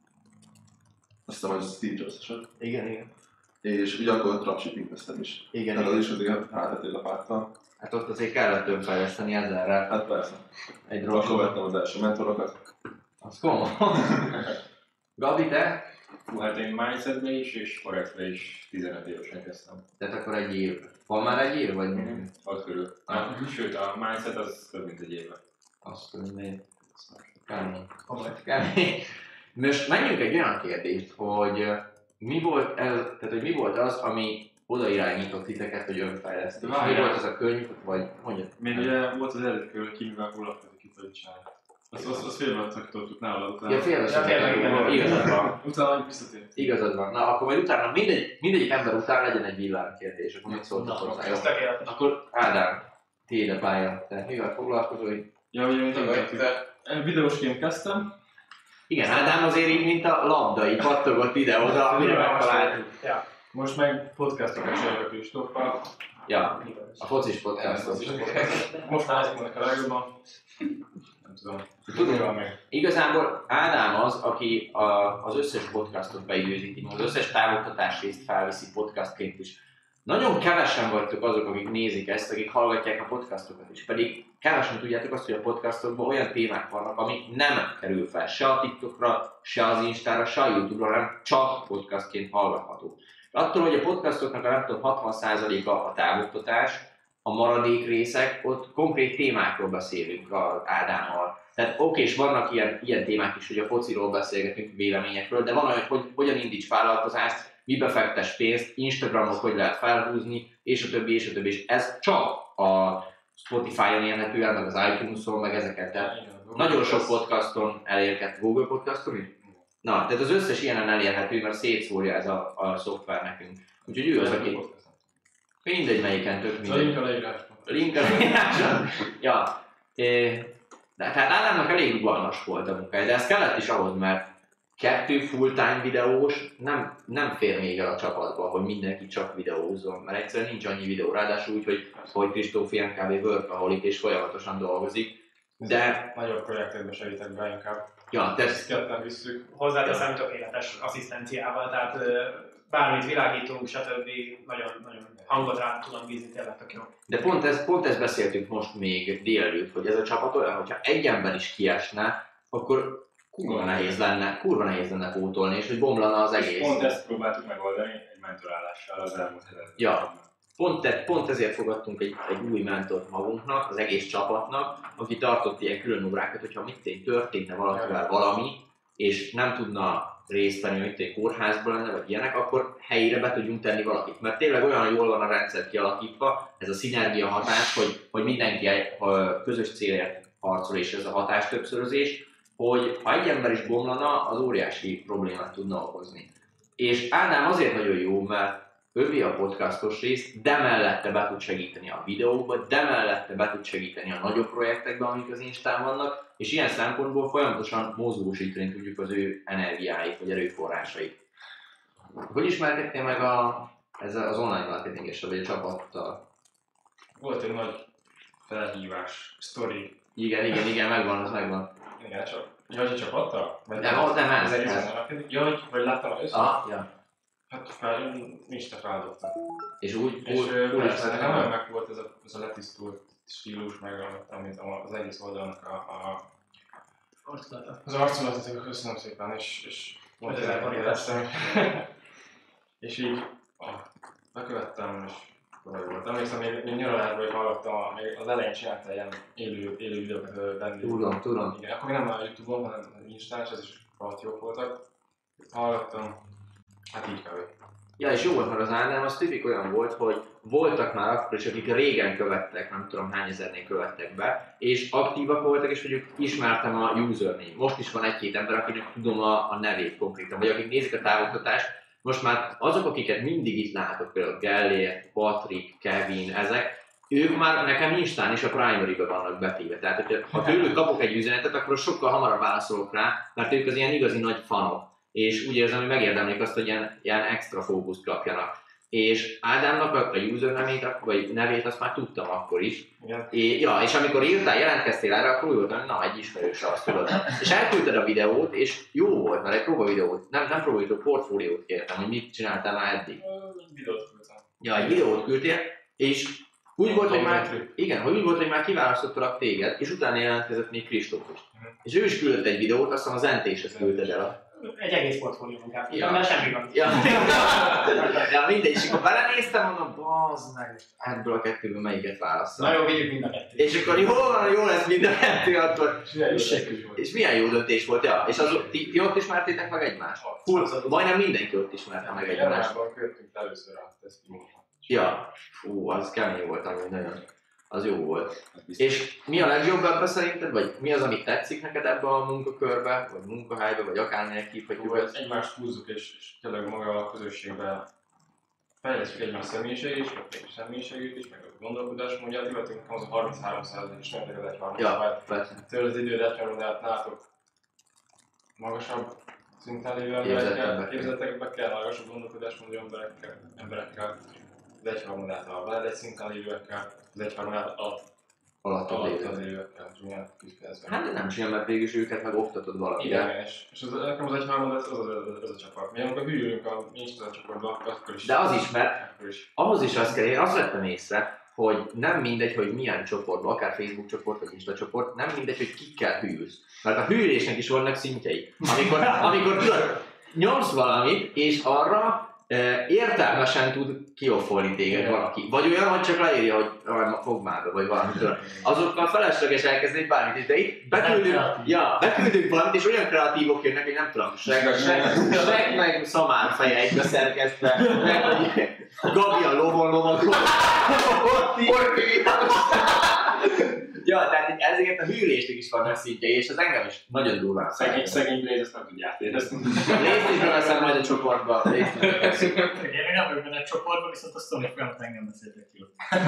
azt hiszem, hogy Steve Jobs-esat, Igen, igen. és ugye akkor dropshippingeztem is. Igen, Tehát az igen. is azért hátratérre lapáttam. Hát ott azért kellett önfejleszteni ezerrel. Hát persze. Egy Akkor dropship. vettem az első mentorokat. Az komoly. Gabi, te? Hú, hát én mindsetbe is, és forexbe is tizenöt évesen kezdtem. Tehát akkor egy év. Van már egy év, vagy Mhm. Ott körül. Ah. Sőt, a mindset az több mint egy éve. Azt tudom, hogy kemény. Komoly. Kemény. Most menjünk egy olyan kérdést, hogy uh, mi volt, ez, tehát, hogy mi volt az, ami oda irányított titeket, hogy önfejlesztés? De Mi várjál. volt az a könyv, vagy mondjad? Még ugye volt az eredeti hogy ki mivel foglalkozik itt, hogy csinálni. Azt, azt, azt félbe szakítottuk nálad utána. Ja, félre Ja, félre, igen. igazad van. Utána hogy visszatért. Igazad van. Na, akkor majd utána mindegy, mindegyik ember után legyen egy villámkérdés, akkor mit szóltok Na, hozzá, jó? Ez tökéletes. Akkor Ádám, tiéd a pálya. Te mivel foglalkozol? Ja, ugye, mint Vagy említettük. te Videósként kezdtem. Igen, Ádám azért így, mint a labda, így pattogott ide-oda, mire megtaláltuk. Ja. Most meg podcastokat csinálok Kristóffal. Ja, a focis Ez podcast. az is Most már ezt mondok a legjobban. Nem tudom. Tudod, Tudod meg. igazából Ádám az, aki a, az összes podcastot beidőzíti, az összes távoktatás részt felviszi podcastként is. Nagyon kevesen vagytok azok, akik nézik ezt, akik hallgatják a podcastokat is, pedig kevesen tudjátok azt, hogy a podcastokban olyan témák vannak, amik nem kerül fel se a TikTokra, se az Instára, se a YouTube-ra, hanem csak podcastként hallgatható. Attól, hogy a podcastoknak a nem tudom, hatvan százaléka a távoktatás, a maradék részek, ott konkrét témákról beszélünk az Ádámmal. Tehát oké, és vannak ilyen, ilyen témák is, hogy a fociról beszélgetünk, véleményekről, de van olyan, hogy hogyan indíts vállalkozást, mibe fektes pénzt, Instagramot hogy lehet felhúzni, és a többi, és a többi, és ez csak a Spotify-on érhető el, meg az iTunes-on, meg ezeket. Tehát nagyon sok podcaston elérhető, Google podcaston is? Na, tehát az összes ilyenen elérhető, mert szétszórja ez a, a szoftver nekünk. Úgyhogy ő az, aki... Mindegy melyiken, tök mindegy. Link a leírásban. Link a leírásban. Ja. De tehát Ádámnak elég rugalmas volt a munkája, de ez kellett is ahhoz, mert kettő full-time videós nem, nem fér még el a csapatba, hogy mindenki csak videózzon, mert egyszerűen nincs annyi videó, ráadásul úgy, hogy, hogy Kristóf ilyen kb. Workaholic és folyamatosan dolgozik. De... Nagyobb projektekben segítek be inkább. Ja, te... Ezt ketten visszük. Hozzáteszem tökéletes asszisztenciával, tehát bármit világítunk, stb. Nagyon, nagyon hangot rá tudom bízni, tényleg tök jó. De pont, ez, pont ezt beszéltük most még délelőtt, hogy ez a csapat olyan, hogyha egy ember is kiesne, akkor kurva nehéz lenne, kurva nehéz lenne pótolni, és hogy bomlana az egész. És pont ezt próbáltuk megoldani egy mentorálással az elmúlt hetekben. Ja, pont, te, pont ezért fogadtunk egy, egy új mentort magunknak, az egész csapatnak, aki tartott ilyen külön órákat, hogyha mit történne valakivel valami, és nem tudna részt venni, hogy egy kórházban lenne, vagy ilyenek, akkor helyére be tudjunk tenni valakit. Mert tényleg olyan jól van a rendszer kialakítva, ez a szinergia hatás, hogy, hogy mindenki a közös célért harcol, és ez a hatás többszörözés, hogy ha egy ember is bomlana, az óriási problémát tudna okozni. És Ádám azért nagyon jó, mert övé a podcastos részt, de mellette be tud segíteni a videóba, de mellette be tud segíteni a nagyobb projektekben, amik az Instán vannak, és ilyen szempontból folyamatosan mozgósítani tudjuk az ő energiáit, vagy erőforrásait. Hogy ismerkedtél meg a, ez az online marketingessel, vagy a csapattal? Volt egy nagy felhívás, sztori. Igen, igen, igen, megvan, az megvan. Igen, csak. Ja, hogy a csapattal? Nem, az nem ez. ez. Ja, hogy vagy láttam az összes? Ah, ja. Hát fel, Insta feldobtam. És úgy, És úgy, úgy persze, nekem nagyon meg volt ez a, ez a letisztult stílus, meg amit az egész oldalnak a, a Arculata. az arculatot, köszönöm szépen, és, és Hogy ezzel megkérdeztem. És így ah, bekövettem, és akkor volt. Emlékszem, még, még nyaralásban, hogy hallottam, még az elején csinálta ilyen élő, élő videókat vendég. Tudom, tudom. Igen, akkor nem a YouTube-on, hanem Instán, és ez is rohadt jók voltak. Hallottam, hát így kb. Ja, és jó volt, mert az Ádám az tipik olyan volt, hogy voltak már akkor is, akik régen követtek, nem tudom hány ezernél követtek be, és aktívak voltak, és mondjuk ismertem a username. Most is van egy-két ember, akinek tudom a, a nevét konkrétan, vagy akik nézik a távoktatást. Most már azok, akiket mindig itt látok, például Gellért, Patrik, Kevin, ezek, ők már nekem Instán is a primary-be vannak betéve. Tehát, hogyha, ha tőlük kapok egy üzenetet, akkor sokkal hamarabb válaszolok rá, mert ők az ilyen igazi nagy fanok. És úgy érzem, hogy megérdemlik azt, hogy ilyen, ilyen extra fókuszt kapjanak. És Ádámnak a, a username-ét, vagy nevét azt már tudtam akkor is. Igen. É, ja, és amikor írtál, jelentkeztél erre, akkor úgy voltam, hogy na, egy ismerős azt tudod. És elküldted a videót, és jó volt, mert egy próbavideót, nem, nem próbavideót, portfóliót kértem, hogy mit csináltál már eddig. Videót küldtem. Ja, egy videót küldtél, és úgy volt, hogy már, igen, hogy úgy volt, hogy már kiválasztottalak téged, és utána jelentkezett még Kristóf is. És ő is küldött egy videót, azt hiszem az en té es-hez küldted el. Egy egész portfólió munkát, Ja. mert semmi van. Ja. Ja, mindegy, és akkor belenéztem, mondom, bazd meg, ebből a kettőből melyiket válasszam. Na jó, vigyük mind a kettőt. És akkor jó van, jó lesz mind a kettő, akkor... És És milyen jó döntés volt, ja. És azok, ti, ti ott ismertétek meg egymást? Full, majdnem mindenki ott ismerte meg egymást. Januárban költünk először a tesztmódot. Ja, fú, az kemény volt, ami nagyon, az jó volt. És mi a legjobb ebben szerinted, vagy mi az, amit tetszik neked ebbe a munkakörbe, vagy munkahelybe, vagy akármilyen hívhatjuk ezt? Egymást húzzuk, és, és tényleg maga a közösségben fejlesztjük egymás személyiségét is, meg a személyiségét is, meg a gondolkodásmódját, illetve nekem az a harminchárom százalék is nem az egyharmad. Ja, persze. Tőle az időt egyharmadát nálatok magasabb szinten lévő Képzettekbe emberekkel, kell. képzetekbe kell, magasabb gondolkodásmódú emberekkel, emberekkel, az egyharmadát a veled egy szinten lévőekkel, az egyharmadát alatt Alatt a alatt lévő. az lévőekkel, és milyen kifejezve. Hát de nem csinál, mert végül is őket meg oktatod valamire. Igen, és, és az, nekem az egyharmad, ez, az, az, az, az a csapat. Mi amikor hűlünk a nincs az a csoportban, akkor is. De az is, mert Akkor is. ahhoz is azt kell, én azt vettem észre, hogy nem mindegy, hogy milyen csoportban, akár Facebook csoport, vagy Insta csoport, nem mindegy, hogy kikkel hűlsz. Mert a hűlésnek is vannak szintjei. Amikor, amikor tudod, nyomsz valamit, és arra értelmesen tud kioffolni téged valaki. Vagy olyan, hogy csak leírja, hogy fog már be, vagy valamitől. Azokkal felesleges elkezdeni bármit, de itt beküldünk, ja, beküldünk valamit, és olyan kreatívok jönnek, hogy nem tudom, Shrek meg Szamár feje egybe szerkesztve, meg hogy Gabi a lovon lovakon, ja, tehát ezért a hűlésnek is vannak szintjei, és az engem is nagyon durván Szegény, szegény Blaze, ezt nem tudja átérdezni. Részt is beveszem majd a csoportba. Én még nem vagyok benne a csoportban, viszont a sztori folyamat engem beszéltek ki.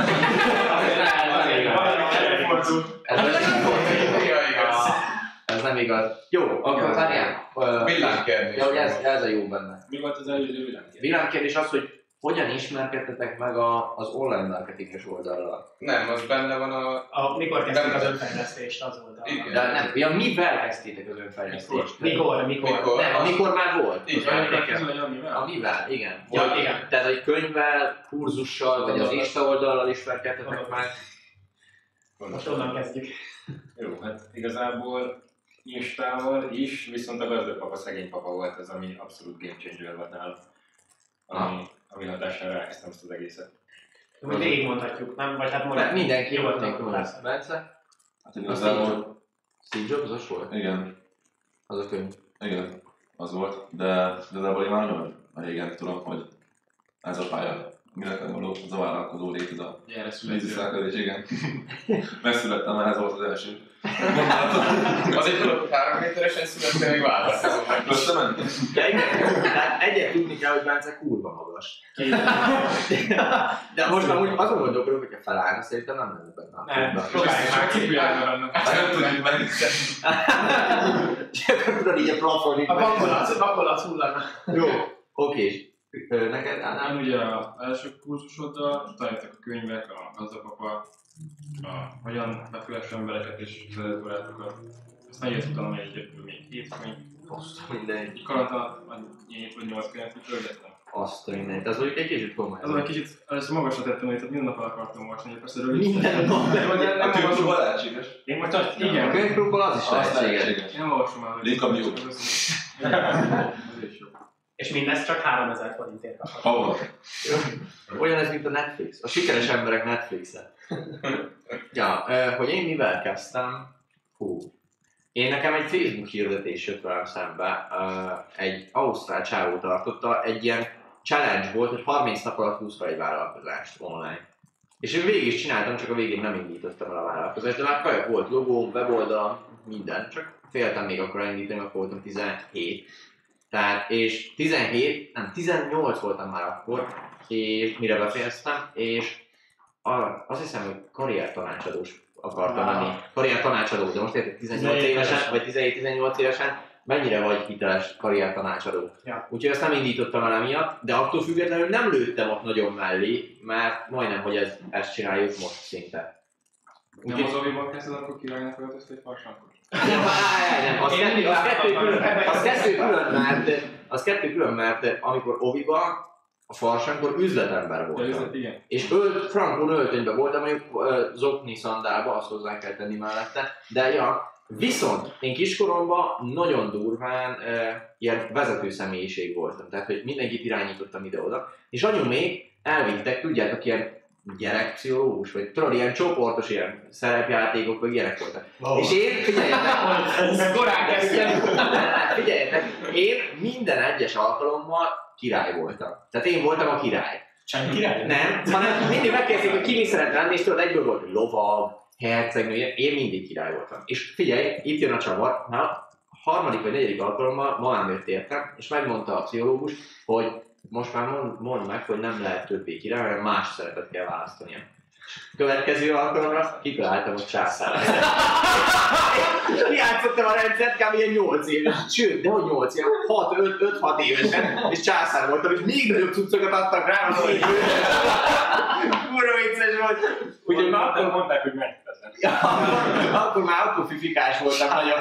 Ez nem igaz. Jó, akkor várjál. Villámkérdés. Ja, ez, ez a jó benne. Mi volt az előző villámkérdés? Villámkérdés az, hogy hogyan ismerkedtetek meg a, az online marketinges oldallal? Nem, az benne van a... a mikor kezdtük az önfejlesztést, az volt a... Igen. De nem, ja, mivel kezdtétek az önfejlesztést? Mikor, mikor? Mikor? Nem, amikor már volt. Igen. A mivel, igen. Ja, Vagy, igen. Tehát egy könyvvel, kurzussal, vagy az Insta oldallal ismerkedtetek meg. Most onnan kezdjük. Jó, hát igazából Instával is, viszont a gazdag papa, szegény papa volt az, ami abszolút game changer volt nála. Ami, ami hatására elkezdtem ezt az egészet. Úgy végigmondhatjuk, nem? Vagy hát Mert mondjuk. mindenki Nyugodtan, mondjuk persze. Bence? Hát igazából, Steve Jobs-os volt? igen, Az a könyv. igen, az volt, de igazából én már nagyon régen tudom, hogy ez a pálya, mi nekem való, az a vállalkozó léted a Gyere, víziszállkodás, igen. Megszülettem, ez volt az első. Azért tudod, hogy három méteresen születtél, még vállalkozom meg. Összement? Ja, igen. Tehát egyet tudni kell, hogy Bence kurva magas. De most amúgy azon gondolkodok, hogyha felállna, szerintem nem lenne benne a Nem, kurva. próbáljuk már ki. Nem tudjuk meg. És akkor tudod így a plafonig. A vakolat, vakolat hullana. Jó, oké. Ö, Neked, Ádám? Nem ugye az első kurzusoddal, tanítottak a könyvek, a gazdapapa, a hogyan befülesse embereket és vezetőbarátokat. Azt nem jött utána egy még hét könyv. Azt mindegy. Egy karat alatt, vagy hét vagy nyolc könyvet kitölgettem. Azt mindegy. Ez mondjuk egy kicsit komoly. Azon egy kicsit, először magasra tettem, hogy minden nap el akartam olvasni, persze rövid. Minden nap. De vagy nem A olvasom. tűzsóval lehetséges. Én most azt, A igen. könyvklubból az is Azt lehetséges. lehetséges. Én nem olvasom el. Link a bio. Ez is jó. És mindezt csak háromezer forintért kaphat. Ahol? Olyan ez, mint a Netflix. A sikeres emberek Netflixe. Ja, ö, hogy én mivel kezdtem? Hú. Én nekem egy Facebook hirdetés jött velem szembe. Ö, egy ausztrál csávó tartotta, egy ilyen challenge volt, hogy harminc nap alatt húsz fel egy vállalkozást online. És én végig is csináltam, csak a végén nem indítottam el a vállalkozást, de már kajak volt logó, weboldal, minden, csak féltem még akkor elindítani, akkor voltam tizenhét. Tehát, és tizenhét, nem, tizennyolc voltam már akkor, és mire befejeztem, és a, azt hiszem, hogy karriertanácsadós akartam lenni. Karriertanácsadó, de most érted, tizennyolc évesen, vagy tizenhét-tizennyolc évesen, mennyire vagy hiteles karriertanácsadó. Ja. Úgyhogy ezt nem indítottam el emiatt, de attól függetlenül nem lőttem ott nagyon mellé, mert majdnem, hogy ez, ezt csináljuk most szinte. Nem az oviban kezdted, akkor királynak öltöztél farsankot? Nem, várj, nem, az Én kettő, nem az kettő láttam, külön, nem az kettő külön, mert, az kettő külön, mert amikor oviba, a farsankor üzletember Ja, voltam. üzlet, igen. És ölt, frankon öltönyben voltam, mondjuk uh, zokni szandálba, azt hozzá kell tenni mellette, de ja, viszont én kiskoromban nagyon durván uh, ilyen vezető személyiség voltam, tehát hogy mindenkit irányítottam ide-oda, és anyu még elvittek, tudjátok, ilyen gyerekpszichológus, vagy tudod, ilyen csoportos ilyen szerepjátékok, vagy ilyenek voltak. Oh. És én, figyeljetek, Ez korán kezdjem. figyeljetek, én minden egyes alkalommal király voltam. Tehát én voltam a király. Csányi király? Nem, hanem mindig megkérdezték, hogy ki mi szeret lenni, és tudod, egyből volt lovag, hercegnő, én mindig király voltam. És figyelj, itt jön a csavar, na, a harmadik vagy negyedik alkalommal mamám jött értem, és megmondta a pszichológus, hogy most már mond, mondd meg, hogy nem lehet többé király, hanem más szerepet kell választania. Következő alkalomra kitaláltam, hogy császár. Kiátszottam a rendszert kb. Ilyen nyolc éves, sőt, de hogy nyolc éves, öt-hat évesen, és császár voltam, és még nagyobb cuccokat adtak rá, hogy kurva vicces volt. Úgyhogy már Akkor akkor, mondták, hogy megteszem. ja, akkor már akkor fifikás voltam nagyon.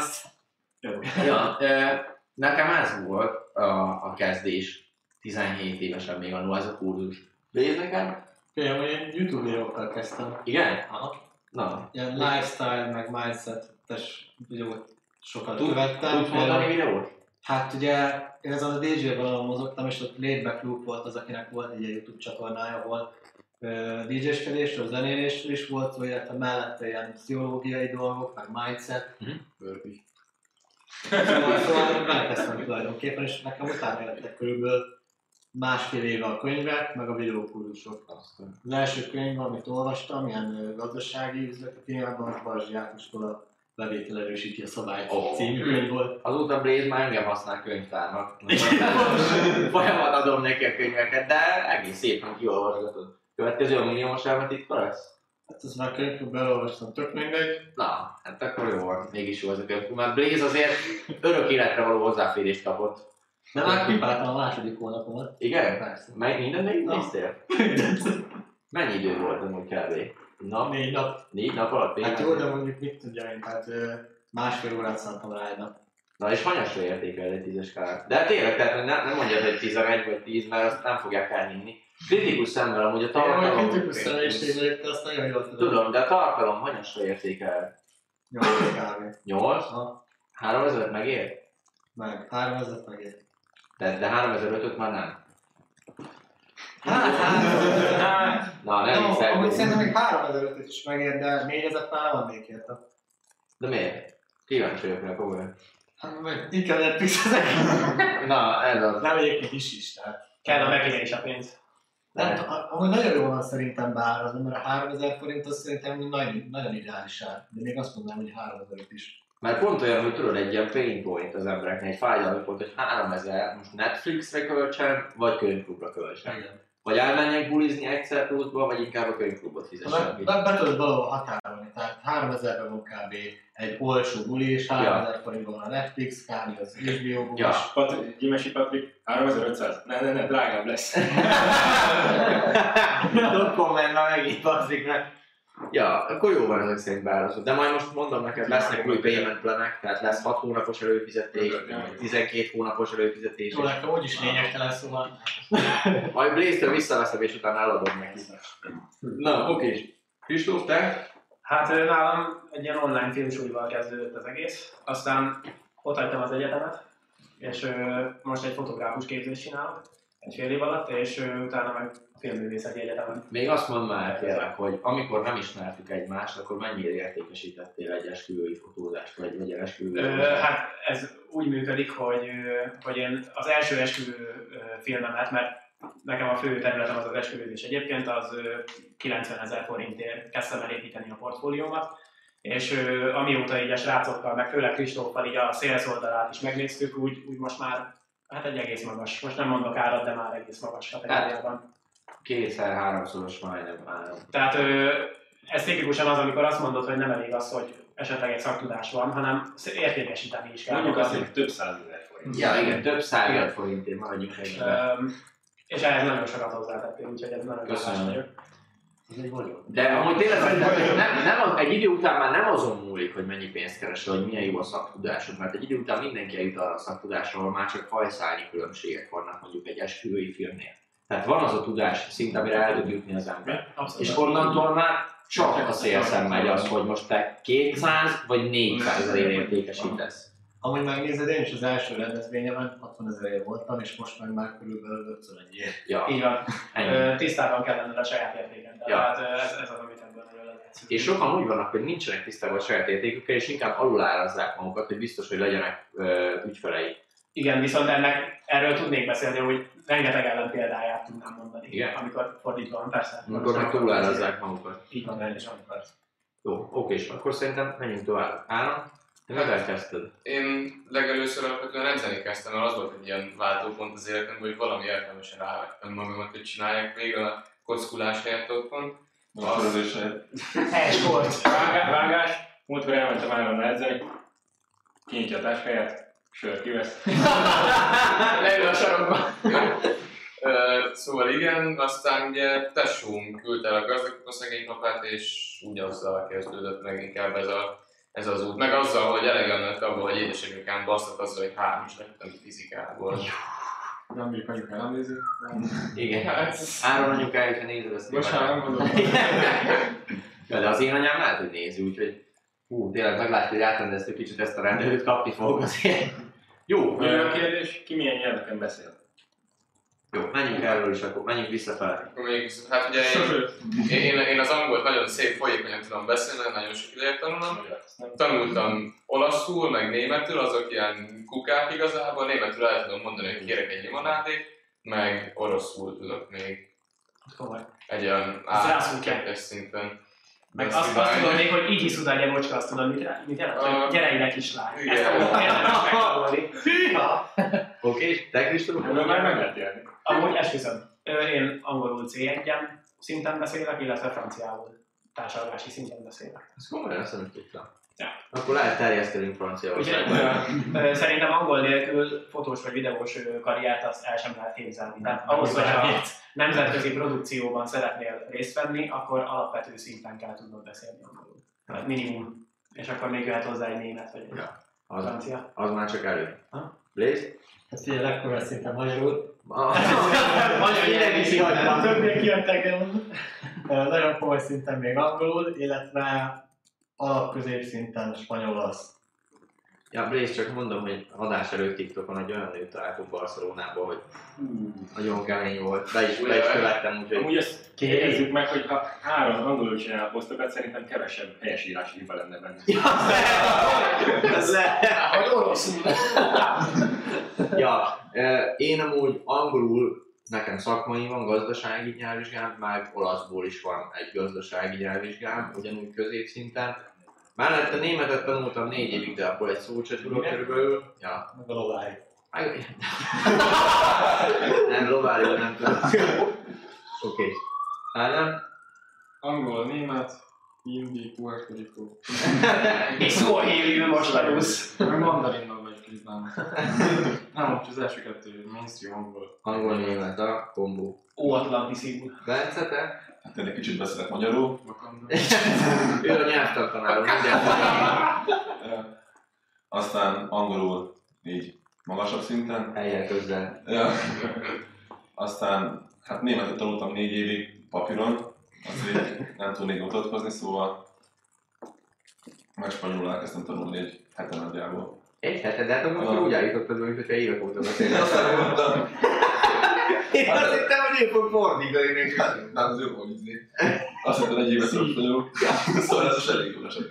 Ja, nekem ez volt a, a kezdés, tizenhét évesen még annól ez a kurzus. Béz neked? Én én YouTube videókkal kezdtem. Igen? Aha. Na, Ilyen lifestyle, meg mindset-es videót sokat Tud- követtem. tudsz mondani videót? Hát ugye én ezen a dé dzsé vonalon mozogtam, és ott Laidback Luke volt az, akinek volt egy YouTube csatornája, ahol dé dzséskedésről, zenélésről is volt szó, illetve mellette ilyen pszichológiai dolgok, meg mindset. Bőrk is. Szóval, szóval elkezdtem tulajdonképpen, és nekem utána jöttek körülbelül másfél éve a könyvek, meg a videókurzusok. Az első könyv, amit olvastam, ilyen gazdasági üzleti témában, az Barzsi Ákostól a Bevétel erősíti a szabályt Oh. című könyv volt. Azóta Blaze már engem használ könyvtárnak. Folyamat adom neki a könyveket, de egész szépen kiolvasgatod. Következő a milliómos elmetitko lesz? Hát ezt már könyvből elolvastam, tök mindegy. Na, hát akkor jó volt, mégis jó ez a könyv. Mert Blaze azért örök életre való hozzáférést kapott. De már pipáltam a második hónapomat. Igen? Persze. Mely, minden még Na. néztél? Mennyi idő volt amúgy kb? Na, Négy nap. négy nap alatt? Hát tényleg? jó, de mondjuk mit tudja én, tehát ö, másfél órát szántam rá egy nap. Na és hanyasra értékeled egy tízes skálát? De tényleg, tehát nem, nem mondjad, hogy tizenegy vagy tíz, mert azt nem fogják elhinni. Kritikus szemmel amúgy a Én tartalom... olyan kritikus személyiség vagyok, te azt nagyon jól tudom. Tudom, de a tartalom hanyasra értékeled? Nyolc kb. nyolc? Ha, háromezer megér? meg. Háromezer megért. De, de háromezer-ötöt már nem. Hát, hát. Na, nem Nem, hiszem. amúgy szerintem még háromezer-ötöt is megér, de négyezer már nem adnék érte. De miért? Kíváncsi vagyok rá, komolyan. Hát, meg így kell Netflix ezek. Na, ez az. Nem egyébként is is, tehát. Kell a megélés a pénz. Nem, tudom, amúgy nagyon jó van szerintem beárazni, mert a háromezer forint az szerintem nagyon, nagyon ideális ár. De még azt mondanám, hogy háromezer is. Mert pont olyan, hogy tudod, egy ilyen pain point az embereknek, egy fájdalmi pont, hogy háromezer most Netflixre költsen, vagy könyvklubra költsen. Igen. Vagy elmenjek bulizni egyszer pluszba, vagy inkább a könyvklubot fizessen. Be, be, be tudod valahol határolni, tehát háromezerben van kb. Egy olcsó buli, és háromezer forintban a Netflix, kb. Az há bé ó Ja. Patrik, Gyimesi Patrik, háromezer-ötszáz? Ne, ne, ne, drágább lesz. Top komment már megint baszik meg. Ja, akkor jó van ezek szerint beárazod. De majd most mondom neked, lesznek új payment planek, tehát lesz hat hónapos előfizetés, tizenkét hónapos előfizetés. Jó, nekem úgyis lényegtelen, szóval. Majd Blaze-től visszaveszem, és utána eladom neki. Na, oké. Kristóf, te? Hát ö, nálam egy ilyen online filmsúlyval kezdődött az egész, aztán ott hagytam az egyetemet, és ö, most egy fotográfus képzést csinálok egy fél év alatt, és ö, utána meg filmművészeti egyetemen. Még azt mondd már kérlek, hogy amikor nem ismertük egymást, akkor mennyire értékesítettél egy esküvői fotózást, vagy egy esküvői Ö, fotózást? hát ez úgy működik, hogy, ö, hogy én az első esküvő ö, filmemet, mert nekem a fő területem az az esküvőzés egyébként, az ö, kilencvenezer forintért kezdtem el építeni a portfóliómat, és ö, amióta így a srácokkal, meg főleg Kristóffal így a sales oldalát is megnéztük, úgy, úgy most már hát egy egész magas, most nem mondok árat, de már egész magas kategóriában. Kétszer-háromszoros majdnem áram. Tehát ö, ez tipikusan az, amikor azt mondod, hogy nem elég az, hogy esetleg egy szaktudás van, hanem értékesíteni is kell. Mondjuk azt, hogy több százezer forint. Ja, igen, több százezer forintért maradjunk egyben. Ö, és ehhez nagyon sokat hozzátettél, úgyhogy ez nagyon Köszönöm. hálás vagyok. Ez egy vagyok. De amúgy tényleg szerintem nem, nem az, egy idő után már nem azon múlik, hogy mennyi pénzt keresel, hogy milyen jó a szaktudásod, mert egy idő után mindenki eljut arra a szaktudásra, ahol már csak hajszálnyi különbségek vannak mondjuk egy esküvői filmnél. Tehát van az a tudás szint, amire el tud jutni az ember. Abszolút. És onnantól már csak a szélszen megy az, hogy most te kétszáz vagy négyszázezer értékesítesz. Amúgy megnézed, én is az első rendezvényemen hatvanezerért voltam, és most meg már körülbelül ötször ennyiért. Ja, Így van. ennyi. Ö, Tisztában kell lenned a saját értékeddel. Ja. Tehát ö, ez, ez az, amit ebből nagyon lehet. És sokan úgy vannak, hogy nincsenek tisztában a saját értékükkel, és inkább alulárazzák magukat, hogy biztos, hogy legyenek ö, ügyfelei. Igen, viszont ennek, erről tudnék beszélni, hogy rengeteg ellenpéldáját tudnám mondani. Igen. Amikor fordítva van, persze. Amikor meg túlárazzák magukat. Így van, ez is van, persze. Jó, oké, és akkor szerintem menjünk tovább. Áram, te mivel kezdted? Én legelőször alapvetően edzeni kezdtem, mert az volt egy ilyen váltópont az életemben, hogy valami értelmesen rávettem magamat, hogy csinálják végre a kockulás helyett otthon. Most helyett. Elsport. Vágás, vágás, múltkor elmentem állandóan edzeni, kinyitja a táskáját, sört kivesz. Leül a sarokba. Ö, Szóval igen, aztán ugye tesóm küldte el a gazdagok a szegény papát, és úgy azzal kezdődött meg inkább ez, a, ez az út. Meg azzal, hogy elegem lett abból, hogy édesanyukám basztott azzal, hogy három is lettem fizikából. Nem bírjuk anyukán, nem nézzük. Igen. Áron anyukája, hogyha nézed, ezt Most már nem gondolom. Ja, de az én anyám lehet, hogy nézi, úgyhogy hú, tényleg meglátja, hogy átrendeztük kicsit ezt a rendelőt, kapni fogok azért. Jó, Mi a kérdés? Ki milyen nyelveken beszél? jó, menjünk erről is, akkor menjünk visszafelé. Akkor még, hát ugye én, én, én az angolt nagyon szép folyékonyan tudom beszélni, nagyon sok ideje tanulom. Tanultam olaszul, meg németül, azok ilyen kukák igazából. Németül el tudom mondani, hogy kérek egy limonádét, meg oroszul tudok még egy olyan át-kettes szinten. Meg azt, azt tudom még, hogy így is szudálja bocska, azt tudod, mit, mit jelent, hogy gyere ide kislány. Igen. Ezt nem érdemes megtanulni. Hűha! Oké, te Kristóf? Ebből már meg lehet élni. Amúgy esküszöm. Én angolul cé egyen szinten beszélek, illetve franciául társadalmási szinten beszélek. Ez komolyan, azt nem tudtam. Ja. Akkor lehet terjesztenünk Franciaországban. Ugye, szerintem angol nélkül fotós vagy videós karriert azt el sem lehet képzelni. Tehát ahhoz, hogy a nemzetközi produkcióban szeretnél részt venni, akkor alapvető szinten kell tudnod beszélni angolul. Tehát minimum. És akkor még jöhet hozzá egy német vagy egy Ja. Az, francia. az már csak elő. Ha? Blaze? Hát figyelj, legkomoly szinten magyarul. Magyar Mindenki nyelvi kihagytam, szinten. többé kihagyták, de mondom. Nagyon komoly szinten még angolul, illetve alap-közép szinten spanyol-olasz. Ja, Blaze, csak mondom, hogy adás előtt TikTokon egy olyan nőt találtunk Barcelonából, hogy nagyon kemény volt. Be is, be is követtem, úgyhogy... Amúgy ezt kérdezzük meg, hogy ha három angolul csinál a posztokat, szerintem kevesebb helyesírási hiba lenne benne. Ez lehet, hogy oroszul. Ja, én amúgy angolul, nekem szakmai van, gazdasági nyelvvizsgám, meg olaszból is van egy gazdasági nyelvvizsgám, ugyanúgy középszinten. Mellette németet tanultam négy évig, de akkor egy szót se tudok körülbelül. Ja. Meg a lovári. Nem, lovári, nem tudom. Oké. Ellen? Angol, német, hindi, puerto rico. És szóhívül most tanulsz. Meg mandarinnal megy kriználni. Nem, most az első kettő mainstream angol. Angol, német a kombó. Óatlanti szívú. Bence, te? Hát én egy kicsit beszélek magyarul. Ő a nyelvtantanárom, mindjárt. Aztán angolul így magasabb szinten. Helyen közel. Ja. Aztán hát németet tanultam négy évig papíron, azért nem tudnék mutatkozni, szóval meg spanyolul elkezdtem tanulni egy hete nagyjából. Egy hete, de hát most úgy állítottad, mint hogyha évek óta beszélni. Én azt hittem, hogy én fog fordítani még. Nem, az jó volt izé. Azt hittem, egy évet ott vagyok. Szóval ez is elég jól esett.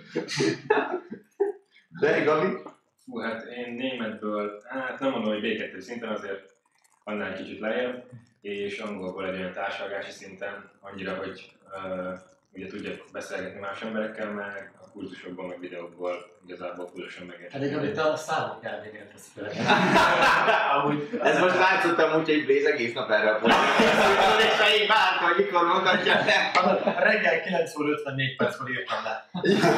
De Gabi? Fú, hát én németből, hát nem mondom, hogy bé kettő szinten, azért annál egy kicsit lejjebb, és angolból egy olyan társadalmási szinten, annyira, hogy uh, ugye tudjak beszélgetni más emberekkel, meg a kurzusokból, meg videókból igazából fullosan megérteni. Pedig amit a számok elvégéltesz főleg. Ez most látszottam úgy, hogy Blaze egész nap erre a pontra. És én vártam, hogy mikor mondhatja le. Reggel kilenc óra ötvennégy perckor írtam le.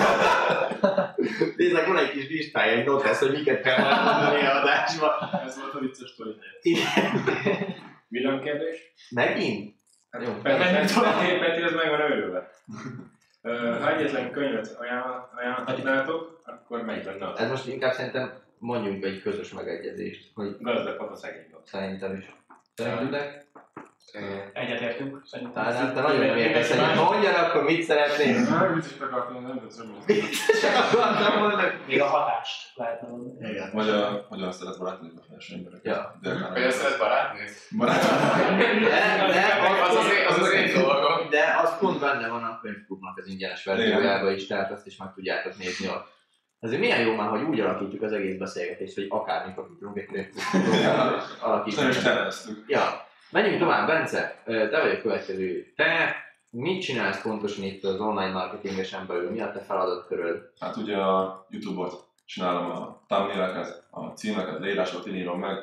Nézzek, van egy kis listája, egy notesz, hogy miket kell már mondani a adásban. Ez volt a vicces sztori. Villankérdés? Megint? Hát, Jó. Peti, Peti, Peti, az meg van őrülve. Ha egyetlen könyvet ajánlhatnátok, akkor melyik lenne az? Ez most inkább szerintem mondjunk egy közös megegyezést, hogy Gazdag papa, szegény papa. szerintem is. Szerintetek? Egyetértünk, szerintem. Tehát te nagyon nem értesz egyet. Mondjad akkor, mit szeretnél? Nem, vicces akartam, nem tudsz semmi. Csak akartam mondani. Még a hatást lehetne mondani. Igen. Vagy a, hogyan szeret barátni a felső emberek. Ja. Hogy ezt szeret barátni? De, de, Az az én- az az én dolgom. de az pont benne van a könyvklubnak az ingyenes verziójában is, tehát azt is meg tudjátok nézni ott. Azért milyen jó már, hogy úgy alakítjuk az egész beszélgetést, hogy akármikor tudunk egy könyvklubot És alakítani. nem is terveztük. Ja, menjünk tovább, Bence, te vagy a következő. Te mit csinálsz pontosan itt az online marketingesen belül? Mi a te feladatköröd? Hát ugye a YouTube-ot csinálom, a thumbnaileket, a címeket, leírásokat én írom meg.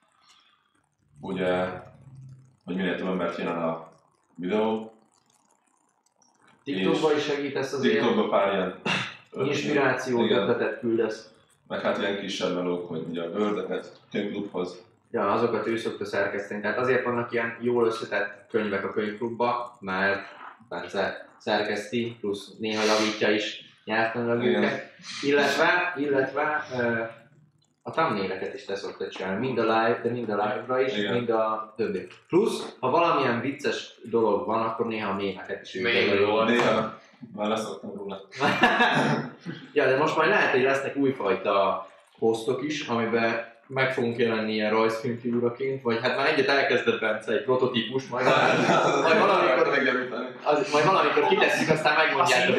Ugye, hogy minél több embert jön el a videó. TikTokban is segítesz azért? TikTokban pár ilyen Inspirációt, igen. ötletet küldesz. Meg hát ilyen kisebb melók, hogy ugye a bőrdeket, könyvklubhoz. Ja, azokat ő szokta szerkeszteni. Tehát azért vannak ilyen jól összetett könyvek a könyvklubba, mert Bence szerkeszti, plusz néha javítja is nyelvtanilag Igen. őket. Illetve, illetve a thumbnaileket is te szoktad csinálni, mind a live, de mind a live-ra is, Igen. mind a többi. Plusz, ha valamilyen vicces dolog van, akkor néha a mémeket is Még ő jó. Néha már leszoktam róla. Ja, de most majd lehet, hogy lesznek újfajta hostok is, amiben meg fogunk jelenni ilyen rajzfilmfiguraként, vagy hát már egyet elkezdett Bence, egy prototípus, majd, majd valamikor megjavítani. Az, majd valamikor kitesszük, aztán megmondjátok.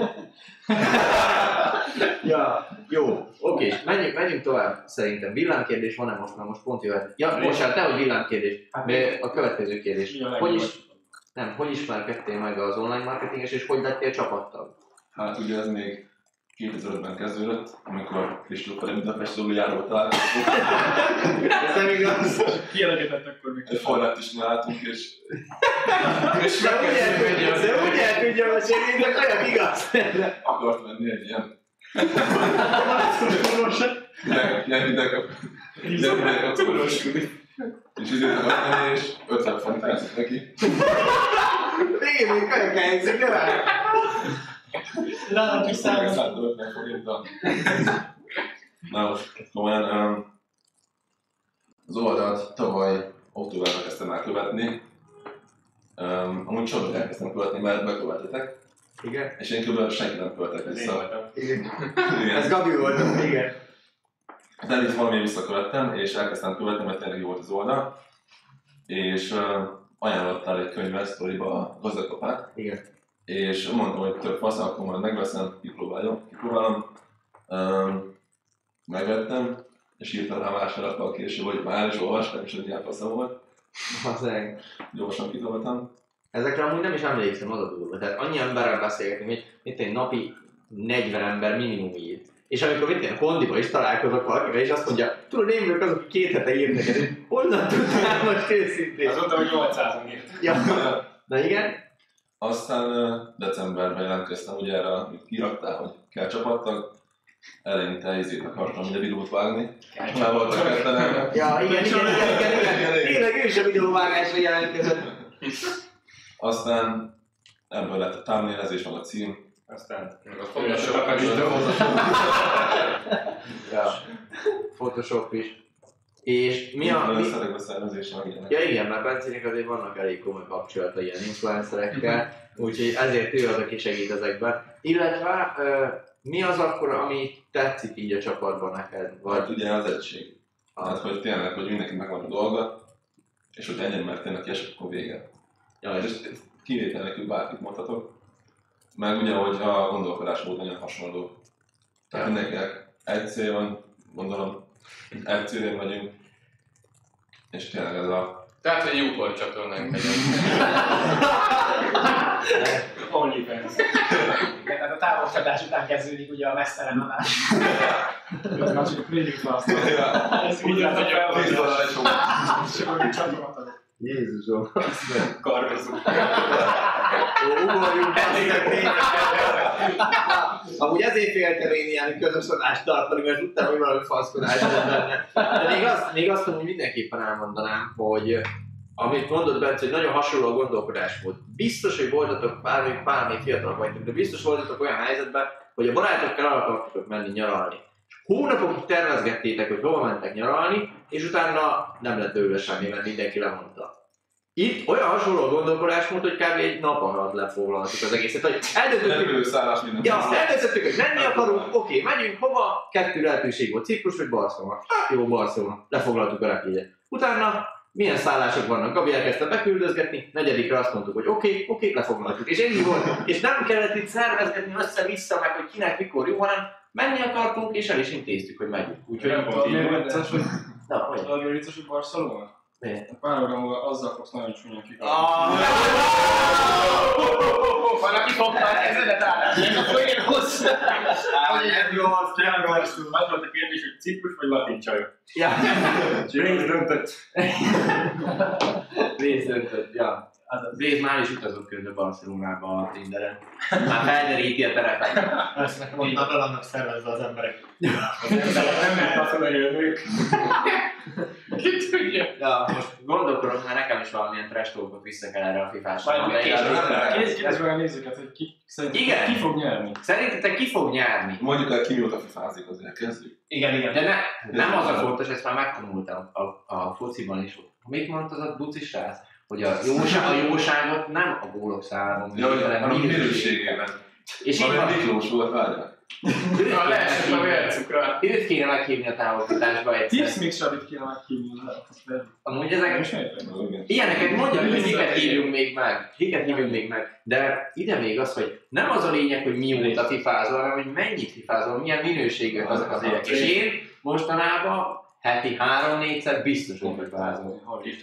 Ja, jó, oké, menjünk, menjünk tovább szerintem. Villámkérdés van-e most? Már most pont jöhet. Ja, bocsánat, te, hogy villámkérdés. De a következő kérdés. Hogy is, nem, hogy ismerkedtél meg az online marketinges, és hogy lettél csapattag? Hát ugye ez még kétezer-ötben kezdődött, amikor Kristóffal egy Budapest Zolijáról találkoztunk. Ez nem igaz. Kielegetett akkor még. Egy forrát is láttunk, és... és de úgy eltudja, de úgy eltudja, hogy segítek, olyan igaz. Akart venni egy ilyen... Ilyen ideg... Ilyen ideg... És izét akart venni, és ötven font elszett neki. Végén még olyan kehengszik, de rá. Látom, hogy számos. ötven forinttal. Na most, komolyan, az oldalt tavaly októberben kezdtem el követni. Um, amúgy sokat elkezdtem követni, mert bekövetetek. Igen. És én kb. Senki nem követek vissza. Igen. Igen. Ez Gabi voltam, igen. De itt valami visszakövettem, és elkezdtem követni, mert tényleg jó volt az oldal. És uh, ajánlottál egy könyvet, sztoriba a gazdagapát. Igen. És mondtam, hogy tök fasz, akkor majd megveszem, kipróbálom. kipróbálom. Um, megvettem, és írtam rá másnap később, hogy már is olvastam, és hogy ilyen fasza volt. Azeg. Gyorsan kitoltam. Ezekre amúgy nem is emlékszem, az a durva. Tehát annyi emberrel beszélgetünk, hogy mint egy napi negyven ember minimum ír. És amikor itt ilyen kondiba is találkozok valakivel, és azt mondja, tudod, én vagyok azok, két hete ír neked, hogy honnan tudnál most őszintén? Az mondta, hogy nyolcszázan írt. Ja. Na igen? Aztán decemberben jelentkeztem ugye erre, amit kiraktál, hogy kell csapattag. Eleinte izét akartam ugye videót vágni. Már voltak ötlenem. Ja, igen, igen, igen, igen, igen. Tényleg ő is a videóvágásra jelentkezett. Aztán ebből lett a thumbnailezés, meg a cím. Aztán Meg a Photoshop is. Ja, Photoshop is. És mi a... Mi... Influencerek beszervezése, meg ilyenek. Ja igen, mert Bencének azért vannak elég komoly kapcsolata ilyen influencerekkel, úgyhogy ezért ő az, aki segít ezekben. Illetve mi az akkor, ami tetszik így a csapatban neked? Vagy Vagy... ugye az egység. Tehát, hogy tényleg, hogy mindenki megvan a dolga, és hogy ennyi mert tényleg kiesett, akkor vége. Ja, és kivétel nélkül bárkit mondhatok. Meg ugye, hogy a gondolkodásmód nagyon hasonló. Tehát mindenkinek egy cél van, gondolom, egy célén vagyunk, és tényleg ez a... Tehát, hogy YouPorn csatornánk legyen. OnlyFans. Igen, tehát a távolkodás után kezdődik ugye a messzelen adás. Ez már csak mindig fasztol. Ez úgy lesz, hogy a sokan csatomatod. Jézusom! karvezunk. Ugorjunk amúgy ezért féltem én ilyen közös adást tartani, mert tudtam, hogy valami faszkodás volt benne. De még azt, még azt mondom, hogy mindenképpen elmondanám, hogy amit mondott Bence, hogy nagyon hasonló a gondolkodásmód. Biztos, hogy voltatok, bár még pár még fiatalok vagytok, de biztos voltatok olyan helyzetben, hogy a barátokkal el akartok menni nyaralni. És hónapokig tervezgettétek, hogy hova mentek nyaralni, és utána nem lett belőle semmi, mert mindenki lemondta. Itt olyan hasonló a gondolkodásmód, hogy kb. Egy nap alatt lefoglaltuk az egészet, hogy eldöntöttük, szállás minden. ja, eldöntöttük, hogy menni akarunk, oké, megyünk hova, kettő lehetőség volt, Ciprus vagy Barcelona. Hát jó, Barcelona, lefoglaltuk a repjegyet. Utána milyen szállások vannak, Gabi elkezdte beküldözgetni, negyedikre azt mondtuk, hogy oké, okay, oké, okay, lefoglaltuk. És ennyi volt, és nem kellett itt szervezgetni össze-vissza, meg hogy kinek mikor jó, hanem menni akartunk, és el is intéztük, hogy megyünk. Úgyhogy Nem volt így. na, hogy? Tudod, vicces, hogy Barcelona? Miért? A párommal azzal fogsz nagyon csúnyan kikapni. Valaki fogta a kezedet állás, akkor én hozzá. Nem jó, az Nem rajztul, az volt a kérdés, hogy Ciprus vagy latin csajok. Ja. Rész döntött. Rész döntött, ja. Rész már is utazott közben Barcelonába a Tinderen. Már felderíti a terepet. Ezt nekem onnan el annak szervezve az emberek. Nem lehet azt mondani, hogy ők. Ki tudja? Ja, most gondolkodom, mert nekem is valamilyen trash talkot vissza kell erre a fifásra. Majd Kérdezd kérdezd meg a nézőket, hogy ki, Igen. ki fog nyerni. Szerintetek ki fog nyerni? Mondjuk el ki mióta fifázik, azért kezdjük. Igen, igen. De ne, nem az a fontos, ezt már megtanultam a, a fociban is. Mit mondta az a buci srác? Hogy a jóság, a jóságot nem a gólok számon, Ja, hogy hanem a minőségében. minőségében. És így van. Valami Miklós volt, várjál. A leesett a vércukra. Őt kéne meghívni a távolításba egyszer. Tips még Sabit kéne meghívni. Amúgy ezek... Most miért? Ilyeneket mondják, hogy kiket hívjunk még meg. Kiket hívjunk még meg. De ide még az, hogy nem az a lényeg, hogy mióta fifázol, hanem hogy mennyit fifázol, milyen minőségűek azok az évek. És én mostanában heti három-négyszer biztos, hogy fifázol.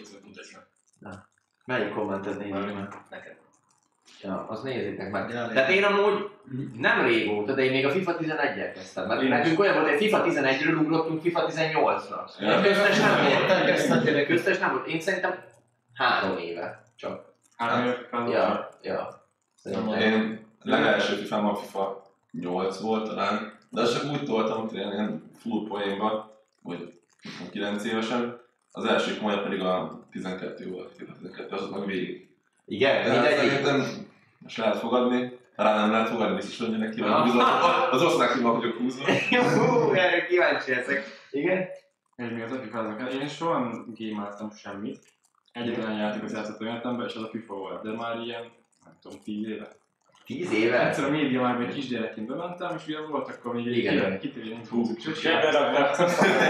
Melyik kommentet nézzük meg? Neked. Ja, azt nézzétek meg. Tehát én amúgy nem régóta, de én még a FIFA tizenegyel kezdtem. Mert nekünk olyan volt, hogy FIFA tizenegyről ugrottunk FIFA tizennyolcra. Ja. Köztes nem volt. Köztes nem volt. Én szerintem három éve csak. Három éve? Ja, ja. Szerintem. Én legelső fifám a FIFA nyolc volt talán, de azt csak úgy toltam, hogy ilyen full poénba, vagy kilenc évesen. Az első komolyan pedig a tizenkettő volt, FIFA tizenkettő, az meg végig. Igen, De mindegy. szerintem most lehet fogadni, ha rá nem lehet fogadni, biztos legyenek ki, Ah. az osztrák filmak vagyok húzva. Jó, erre kíváncsi leszek. Igen? És még az epifáznak. Én soha nem gémáltam semmit. Egyetlen játékot játszottam életemben, és az a FIFA volt. De már ilyen, nem tudom, tíz éve. Tíz éve? Egyszer a média már egy kisgyerekként bementem, és ugye volt akkor még egy Igen. kitérjén húzzuk. Sebben rakták.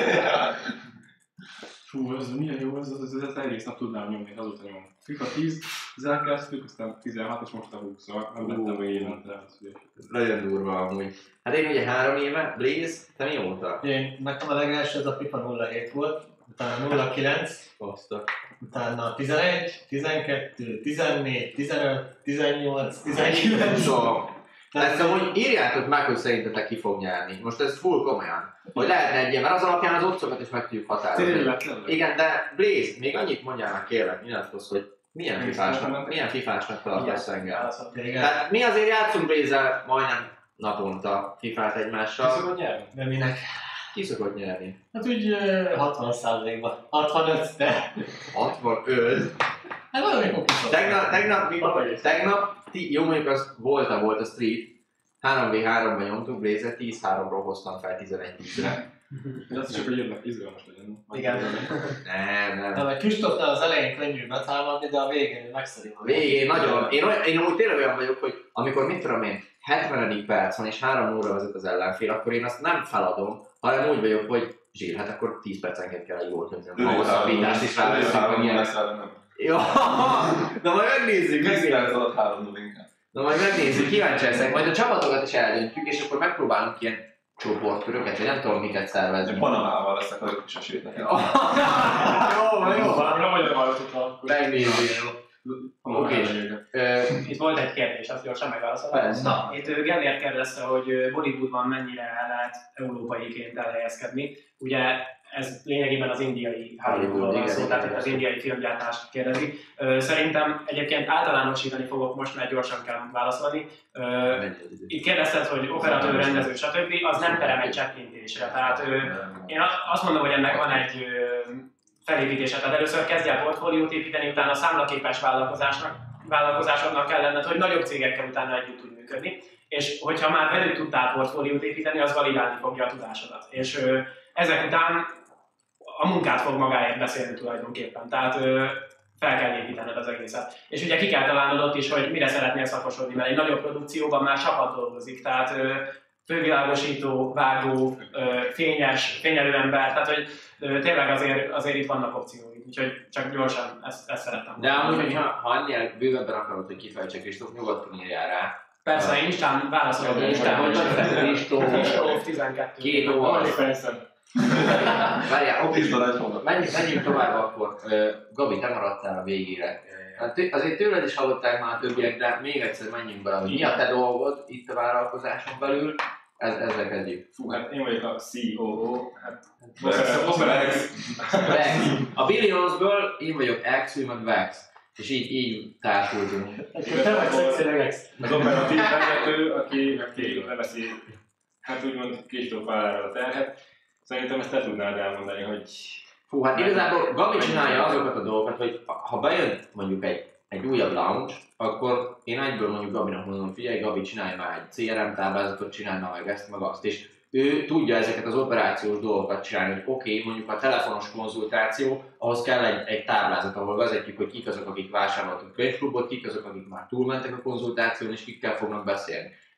Fú, ez milyen jó, ez, ez, ez, ez egész nap tudnám nyomni, azóta nyomom. FIFA tíz, ezzel kezdtük, aztán tizenhat, és most a húsz, szóval nem lettem még évente. Nagyon durva amúgy. Hát én ugye három éve, Blaze, te mióta? Én, nekem a legelső az a FIFA nulla hét volt, utána nulla kilenc, Basztok. utána tizenegy, tizenkettő, tizennégy, tizenöt, tizennyolc, tizenkilenc. Szóval, ezt amúgy írjátok meg, hogy szerintetek ki fog nyerni. Most ez full komolyan. Hogy lehetne egy ilyen, mert az alapján az otcokat is meg tudjuk határozni. Tényleg, tényleg. Igen, de Blaze, még annyit mondjál meg kérlek, nyilatkozz, hogy milyen fifásnak, milyen fifásnak tartasz engem. Igen, Tehát mi azért játszunk Blaze-zel majdnem naponta fifát egymással. Szokott nyerni? de minek? Ki szokott nyerni? Hát úgy ö, hatvan százalékban. hatvanöt, de... hatvanöt. Hát valamikor kiszokott. Tegnap, tegnap, mi, tegnap, ti, jó mondjuk az volt a volt a Street, három vé háromban nyomtuk Blaze-et, tíz háromról hoztam fel tizenegy tízre. De az csak, hogy jönnek izgalmas legyen. Igen. Nem, nem. Na, mert Kristófnál az elején könnyű betámadni, de a végén megszeri a Végén nagyon, én, olyan, én úgy tényleg olyan vagyok, hogy amikor mit tudom én, hetvenedik perc van és három óra vezet az ellenfél, akkor én azt nem feladom, hanem úgy vagyok, hogy zsír, hát akkor tíz percenként kell egy gólt hozni. A hosszabbítást is ráveszünk, meg ilyen. Jó, na majd megnézzük, tíz megnézzük. perc alatt három null inkább. Na majd megnézzük, kíváncsi leszek, majd a csapatokat is eldöntjük, és akkor megpróbálunk ilyen csoportköröket, vagy nem tudom miket szervezni. Panamával leszek a kis esélyt nekem. Jó, van, jó, van. Valami magyar hallgatott akkor. Megnézzük. Oké. Ö, Itt volt egy kérdés, azt gyorsan megválaszolom. Persze. Na, itt ő Gellért kérdezte, hogy Bollywoodban mennyire lehet európaiként elhelyezkedni. Ugye ez lényegében az indiai Hollywoodról van szó, tehát az indiai filmgyártást kérdezi. Ö, Szerintem egyébként általánosítani fogok most, mert gyorsan kell válaszolni. Ö, Itt kérdezted, hogy operatőr, rendező, stb. Az nem terem egy csettintésre. Tehát ö, én azt mondom, hogy ennek van egy ö, felépítése. Tehát először kezdj el portfóliót építeni, utána számlaképes vállalkozásnak, vállalkozásodnak kell lenned, hogy nagyobb cégekkel utána együtt tud működni. És hogyha már velük tudtál portfóliót építeni, az validálni fogja a tudásodat. És ö, ezek után a munkát fog magáért beszélni tulajdonképpen. Tehát ö, fel kell építened az egészet. És ugye ki kell találnod ott is, hogy mire szeretnél szakosodni, mert egy nagyobb produkcióban már csapat dolgozik. Tehát ö, fővilágosító, vágó, ö, fényes, fényelőember, tehát hogy ö, tényleg azért, azért itt vannak opciói. Úgyhogy csak gyorsan ezt, ezt szerettem. De amúgy, hogyha ha ennél bővebben akarod, hogy kifejtsek Kristóf, nyugodtan írjál rá. Persze, Instán válaszolok. Instán, hogy Kristóf, Kristóf tizenkettő. két óra. Várjál, oké, menjünk, menjünk tovább akkor. Ö, Gabi, te maradtál a végére. Hát tő- azért tőled is hallották már a többiek, de még egyszer menjünk bele, hogy mi a te dolgod itt a vállalkozáson belül. Ez, ezzel kezdjük. Fú, hát én vagyok a C O O, hát Vex. Vex. A Billionsből én vagyok X, ő meg Vex. És így, így társultunk. Te vagy szexileg ex. az operatív vezető, aki, aki leveszi, hát úgymond Kristóf vállára a terhet. Szerintem ezt te tudnád elmondani, hogy Hú, hát igazából Gabi csinálja azokat a dolgokat, hogy ha bejön mondjuk egy, egy újabb launch, akkor én egyből mondjuk Gabinak mondom, figyelj Gabi, csinálj már egy C R M táblázatot, csinálj már meg ezt, meg azt, és ő tudja ezeket az operációs dolgokat csinálni, hogy oké, okay, mondjuk a telefonos konzultáció, ahhoz kell egy, egy táblázat, ahol vezetjük, hogy kik azok, akik vásároltak könyvklubot, kik azok, akik már túlmentek a konzultáción, és kikkel fognak beszélni.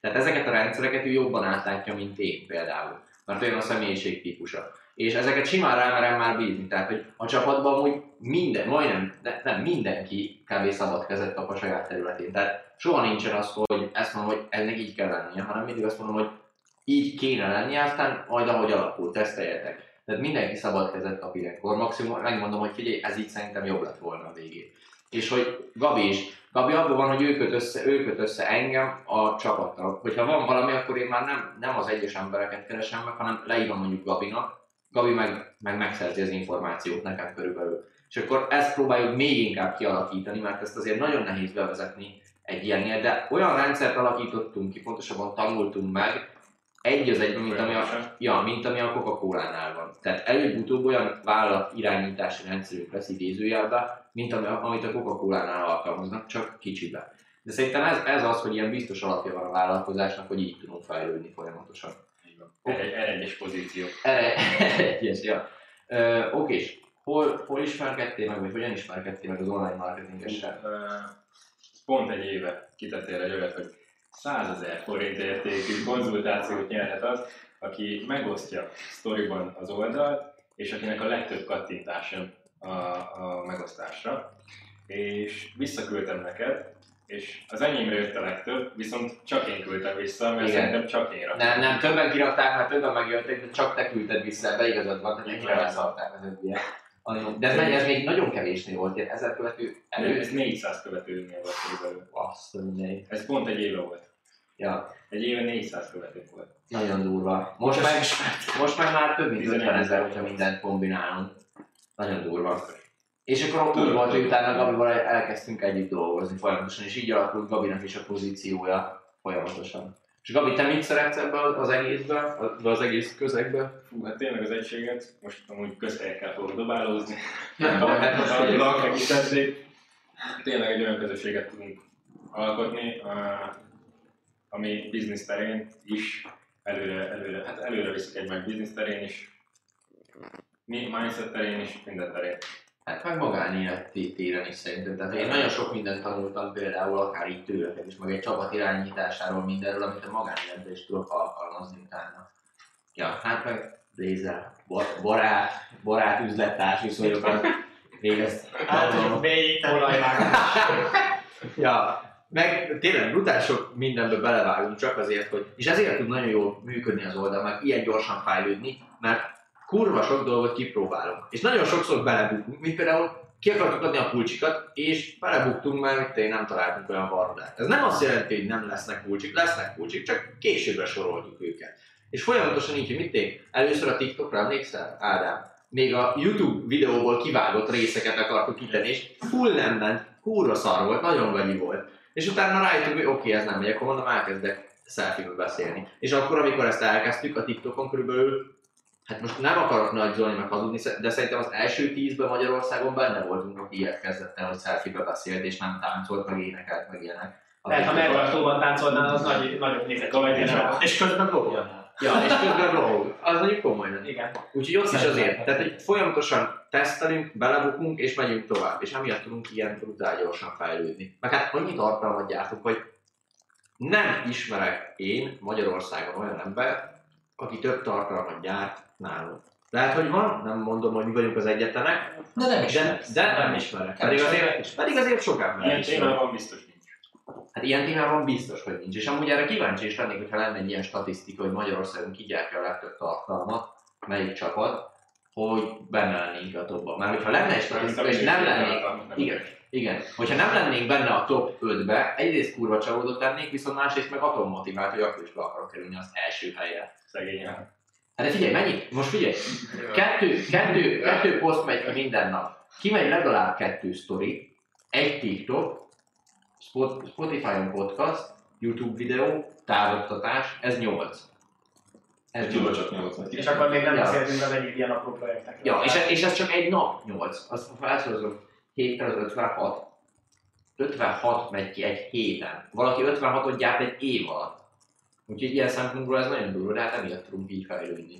Tehát ezeket a rendszereket ő jobban átlátja, mint én például, mert olyan a személyiségtípusa. És ezeket simán rámerem már bízni, tehát hogy a csapatban amúgy minden, majdnem, nem mindenki kb. Szabad kezet kap a saját területén. Tehát soha nincsen az, hogy ezt mondom, hogy ennek így kell lennie, hanem mindig azt mondom, hogy így kéne lennie, aztán majd ahogy alakul, teszteljetek. Tehát mindenki szabad kezet kap ilyenkor, maximum megmondom, hogy figyelj, ez így szerintem jobb lett volna a végén. És hogy Gabi is, Gabi abban van, hogy ő köt össze, ő köt össze engem a csapattal. Hogyha van valami, akkor én már nem, nem az egyes embereket keresem meg, hanem leírom mondjuk Gabinak, Gabi meg, meg megszerzi az információt nekem körülbelül. És akkor ezt próbáljuk még inkább kialakítani, mert ezt azért nagyon nehéz bevezetni egy ilyennél, de olyan rendszert alakítottunk ki, pontosabban tanultunk meg, egy az egyben, mint ami a, ja, mint ami a Coca-Colánál van. Tehát előbb-utóbb olyan vállalat irányítási rendszerünk lesz idézőjelben, mint ami, amit a Coca-Colánál alkalmaznak, csak kicsibe. De szerintem ez, ez az, hogy ilyen biztos alapja van a vállalkozásnak, hogy így tudunk fejlődni folyamatosan. Erre egyes pozíció. Erre egyes, ja. Ö, Oké, hol, hol ismerkedtél meg, vagy hogyan ismerkedtél meg az online marketingessel? Pont egy éve kitettél egy olyat, hogy százezer forint értékű konzultációt nyerhet az, aki megosztja sztoriban az oldalt, és akinek a legtöbb kattintás jön a, a megosztásra. És visszaküldtem neked, és az enyémre jött a legtöbb, viszont csak én küldtem vissza, mert igen. Szerintem csak én raktam. Nem, nem, többen kirakták, mert többen megjöttek, de csak te küldted vissza, be igazad van, tehát nekire leszarták az öbbiek. De ez, ez még nagyon kevésnél volt, ilyen ezer követő előtt. Ez négyszáz követőnél volt körülbelül. Azt mondja. Ez pont egy éve volt. Ja. Egy éve négyszáz követő volt. Nagyon durva. Most, meg, most meg már több mint ötven ezer, hogyha mindent kombinálunk. Nagyon durva. És akkor úgy volt, hogy utána Gabival elkezdtünk együtt dolgozni folyamatosan, és így alakult Gabinak is a pozíciója folyamatosan. És Gabi, te mit szeretsz ebből az egészben, az egész közegben? Fú, hát tényleg az egységet, most amúgy közhelyekkel fogok dobálózni. Tényleg egy olyan közösséget tudunk alkotni, ami biznisz terén is előre, előre, hát előre viszik egymást biznisz terén is, mindset terén is, minden terén. Hát meg magánélet téren is szerintem. Tehát én nagyon sok mindent tanultam például akár így tőletek is, meg egy csapat irányításáról mindenről, amit a magánéletben is tudok alkalmazni utána. Ja, hát meg Lézel, barát, barát üzlettárs viszonyokat végezt. Hát, végig olajvágás. Ja, meg tényleg brutál sok mindenbe belevágunk csak azért, hogy... És ezért tud nagyon jól működni az oldal, meg ilyen gyorsan fejlődni, mert kurva sok dolgot kipróbálunk. És nagyon sokszor belebukunk, mint például ki akartuk adni a pulcsikat, és belebuktunk, mert én nem találtunk olyan varrodát. Ez nem azt jelenti, hogy nem lesznek pulcsik, lesznek pulcsik, csak későbbre soroljuk őket. És folyamatosan így, hogy mit tényleg? Először a TikTokra emlékszel, Ádám? Még a YouTube videóból kivágott részeket akartuk kitenni, és full nem ment, kurva szar volt, nagyon gagyi volt. És utána rájöttünk, hogy oké, okay, ez nem megy, akkor mondom, elkezdek selfie-ből beszélni. És akkor, amikor ezt elkezdtük a TikTokon körülbelül, hát most nem akarok nagyzolni meg hazudni, de szerintem az első tízben Magyarországon benne voltunk, aki ilyet kezdett el, hogy selfie-be beszélt, és nem táncolt, meg énekelt, meg ilyenek. Lehet, ha megtartóban táncolnál, az nagy, nagyobb nézett. És közben blogolnál. Ja, és közben blog. Az mondjuk komoly nem. Igen. Úgyhogy ott is azért. Tehát, hogy folyamatosan tesztelünk, belebukunk és megyünk tovább. És emiatt tudunk ilyen brutál gyorsan fejlődni. Meg hát annyi tartalmat gyártunk, hogy nem ismerek én Magyarországon olyan ember, aki több tartalmat gyárt nálunk. Lehet, hogy van, nem mondom, hogy mi vagyunk az egyetlenek, de nem ismerek. De, de nem ismerek. Pedig azért, pedig azért sok ember ilyen ismerek. témában biztos nincs. Hát ilyen témában biztos, hogy nincs. És amúgy erre kíváncsi is lennék, hogyha lenne egy ilyen statisztika, hogy Magyarországon ki gyártja a legtöbb tartalmat, melyik csapat, hogy benne lennénk a topban. Már hogyha lenne egy statisztika, és nem lennénk, igen, igen, hogyha nem lennénk benne a top ötbe, egyrészt kurva csalódott lennék, viszont másrészt meg atommotivált, hogy akkor is be akarok kerülni az első helyre. Szegényen. Hát de figyelj, mennyi? Most figyelj, kettő, kettő, kettő poszt megy ki minden nap. Kimegy legalább kettő sztori, egy TikTok, Spotify-on podcast, YouTube videó, távoktatás, ez nyolc. Ez nyolc. Csak nyolc. És akkor még nem Ja. beszéltünk az egyéb ilyen apró projektekről. Ja, és, ez, és ez csak egy nap nyolc. Azt felszorozom, héten az ötvenhat. ötvenhat megy ki egy héten. Valaki ötvenhatot gyárt egy év alatt. Úgyhogy ilyen szempontból ez nagyon durva, de hát emiatt tudunk így fejlődni.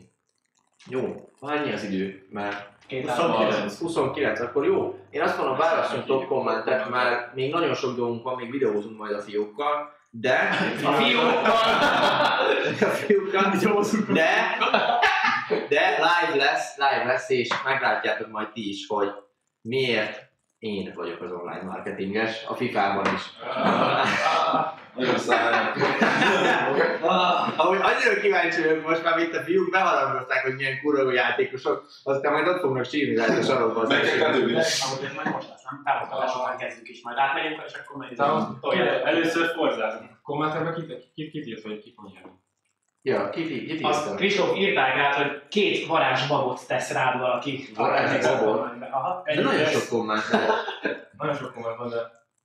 Jó, annyi az idő, mert huszonkilenc, huszonkilenc, akkor jó. Én azt mondom, válasszunk top kommentet, mert még nagyon sok dolgunk van, még videózunk majd a fiókkal, De a fiúkkal, a fiúkkal, de, de live lesz, live lesz, és meglátjátok majd ti is, hogy miért én vagyok az online marketinges, a fifában is. Nagyon szállnak. Ahogy annyira kíváncsi vagyok most már, mint a fiúk beharangozták, hogy milyen kurva játékosok, aztán majd ott fognak sírni rá a sarokba az Megkezdődik. Ahogy majd most lesz, nem? Távoztatás után kezdjük is, majd átmegyünk, és akkor majd El- Először forzázunk. Kommentelben kit, kit, kit írt, vagy ki fog nyerni? Ja, ki ki azt Kristóf írták át, hogy két varázsbabot tesz rád valaki. Varázsbabot? Aha. De nagyon sok komment lehet. Nagyon sok komment van, de...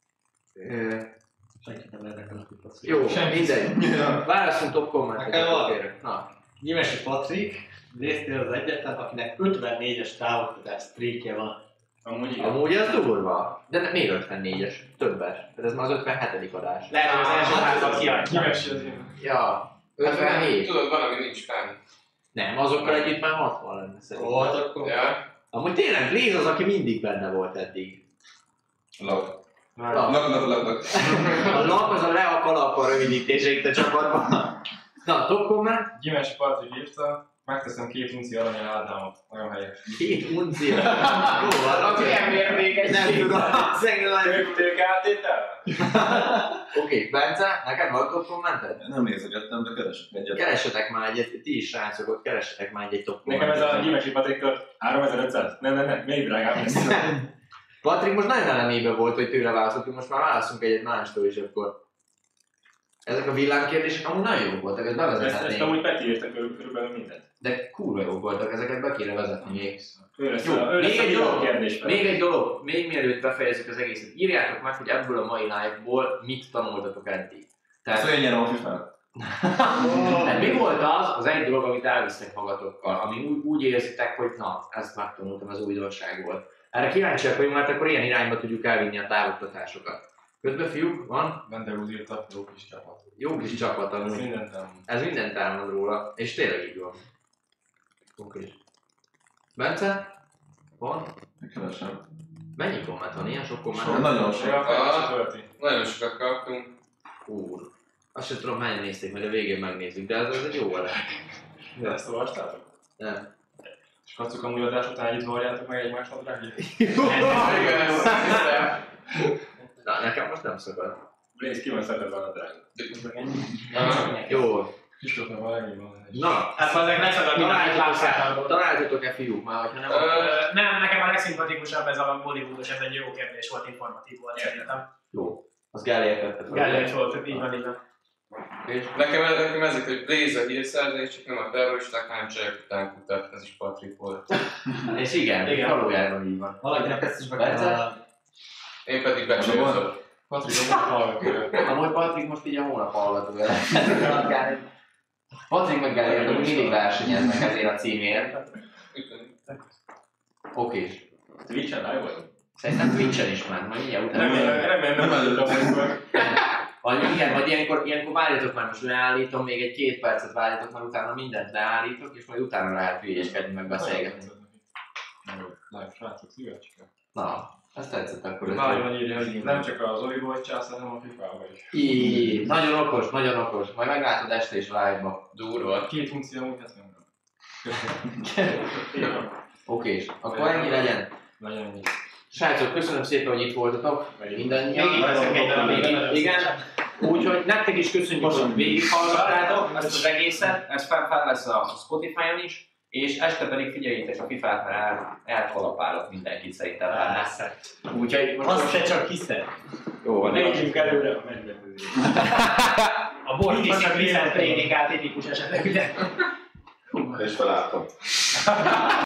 Senki nem érdekel a kupac. Jó, mindegy. Válaszunk top kommentet. Nekem van. Na. Nyimesi Patrik, résztél az egyetlen, akinek ötvennégyes távoktatás streakje van. Amúgy igen. Amúgy az durva. De ne, még ötvennégyes, többes. Tehát ez már az ötvenhetedik adás. Lehet, hogy az első házat kiadja. Nyimesi az ilyen. Ja, ötvenhét. Tudod, van, ami nincs fenn. Nem, azokkal együtt már hatvan lenne szerintem. Volt akkor? Ja. Amúgy tényleg Blaze az, aki mindig benne volt eddig. Lak. Lak. Lak, lak, lak, lak. A lap az a le a kalap a rövidítése itt a csapatban. Na, top komment. Gyimesi Patrik írta, megteszem két unci arany áldámot. Nagyon helyes. Két uncia. Jó van, Az ilyen mértékes. nem tudom, szerintem nagyon... Tők átétel? Oké, Bence, neked van top kommented? Nem nézegettem, de keresek egyet. Keressetek már egyet, ti is srácok, ott keressetek már egy top Nekem ez a kommentet. Gyimesi Patriktól háromezer-ötszáz? Nem, nem, nem, még drágább lesz. Patrik most nagyon ellenében volt, hogy tőle választottunk, most már válaszunk egyet mástól is akkor. Ezek a villámkérdések amúgy nagyon jók voltak, ezt Ezt, ezt bevezethetnénk. amúgy Peti írta körül- körülbelül mindent. De kurva jók voltak, ezeket be kéne vezetni még. Ő lesz Jó, a, ő még lesz a egy videó dolog, kérdés. még egy dolog, még mielőtt befejezzük az egészet, írjátok meg, hogy ebből a mai live-ból mit tanultatok eddig. Tehát Tehát, olyan nyerem a fifát. tehát mi volt az, az egy dolog, amit elvisztek magatokkal, ami úgy, úgy érzitek, hogy na, ezt megtanultam, ez újdonság volt. Erre kíváncsiak vagyunk, mert akkor ilyen irányba tudjuk elvinni a távoktatásokat. Közben fiúk, van? Benderúz írta, jó kis csapat. Jó kis csapat, Ez amúgy. mindent elmond. Ez mindent elmond róla, és tényleg így van. Oké. Bence? Van? Keresem. Mennyi komment van? Ilyen sok komment? Sok, nagyon sok. Ja, fejlesztő tölti. Nagyon sokat kaptunk. Úr. Azt sem tudom, mennyien nézték, majd a végén megnézzük, de ez, ez egy jó adás. De ezt olvastátok? Nem. És kacuk a múladás után együtt varjátok meg egymást nadrágét? Igen, ezt hiszem. Na, nekem most nem szokott. Blaze ki van szedve a nadrágot. Jó. Kristófnak van legjobb van. Na, Hát azért ne szagad, amit láttál. találtatok-e fiúk már, hogyha nem? Ö, akkor- Nem, nekem a legszimpatikusabb ez a Bollywoodos, ez egy jó kérdés volt, informatív volt szerintem. Jó. Az Gellért tette fel. Gellért volt, így van, így van. És Nekem, nekem ezek, hogy Blaze a hírszerzés, csak nem a terroristák, hanem csajok után kutat, ez is Patrik volt. És igen, Igen. valójában így van. Valakinek ezt is meg Bence? kell... Én pedig becsőzöm. Patrik, a hallgatója. Amúgy Patrik most így a hónap hallgatója. Patrik meg Gellért, amúgy mindig versenyeznek ezért a címért. Oké. Twitch-en live vagy? Szerintem Twitch-en is már, majd mindjárt utána. Remélem, remélem nem előtt a amikor. Vagy igen, vagy ilyenkor, ilyenkor várjatok már, most leállítom, még egy két percet várjatok, mert utána mindent leállítok, és majd utána lehet hülyéskedni, meg beszélgetni. Live srácok, szívecske. Na, ezt tetszett akkor. Nagyon írja, hogy nem csak az Oliból csász, hanem a fifában is. Így, nagyon okos, nagyon okos. Majd meglátod este is live-ba. Durva. Két funkció amúgy ezt nem Oké, akkor ennyi legyen. Legyen ennyi. Srácok, köszönöm szépen, hogy itt voltatok. Mindannyian. Még veszek egy darab Igen, igen. Úgyhogy nektek is köszönjük, hogy végighallgattátok ezt az egészet. Ez fel, fel lesz a Spotify-on is. És este pedig figyeljétek a fifát, mert el, elkalapálok mindenkit szerintem. Úgyhogy most... Azt se csak hiszed. Jó, van. Lépjünk előre a megvetőzés. A bortisztak viszont prédikál tipikus esetek, ugye? És felálltam.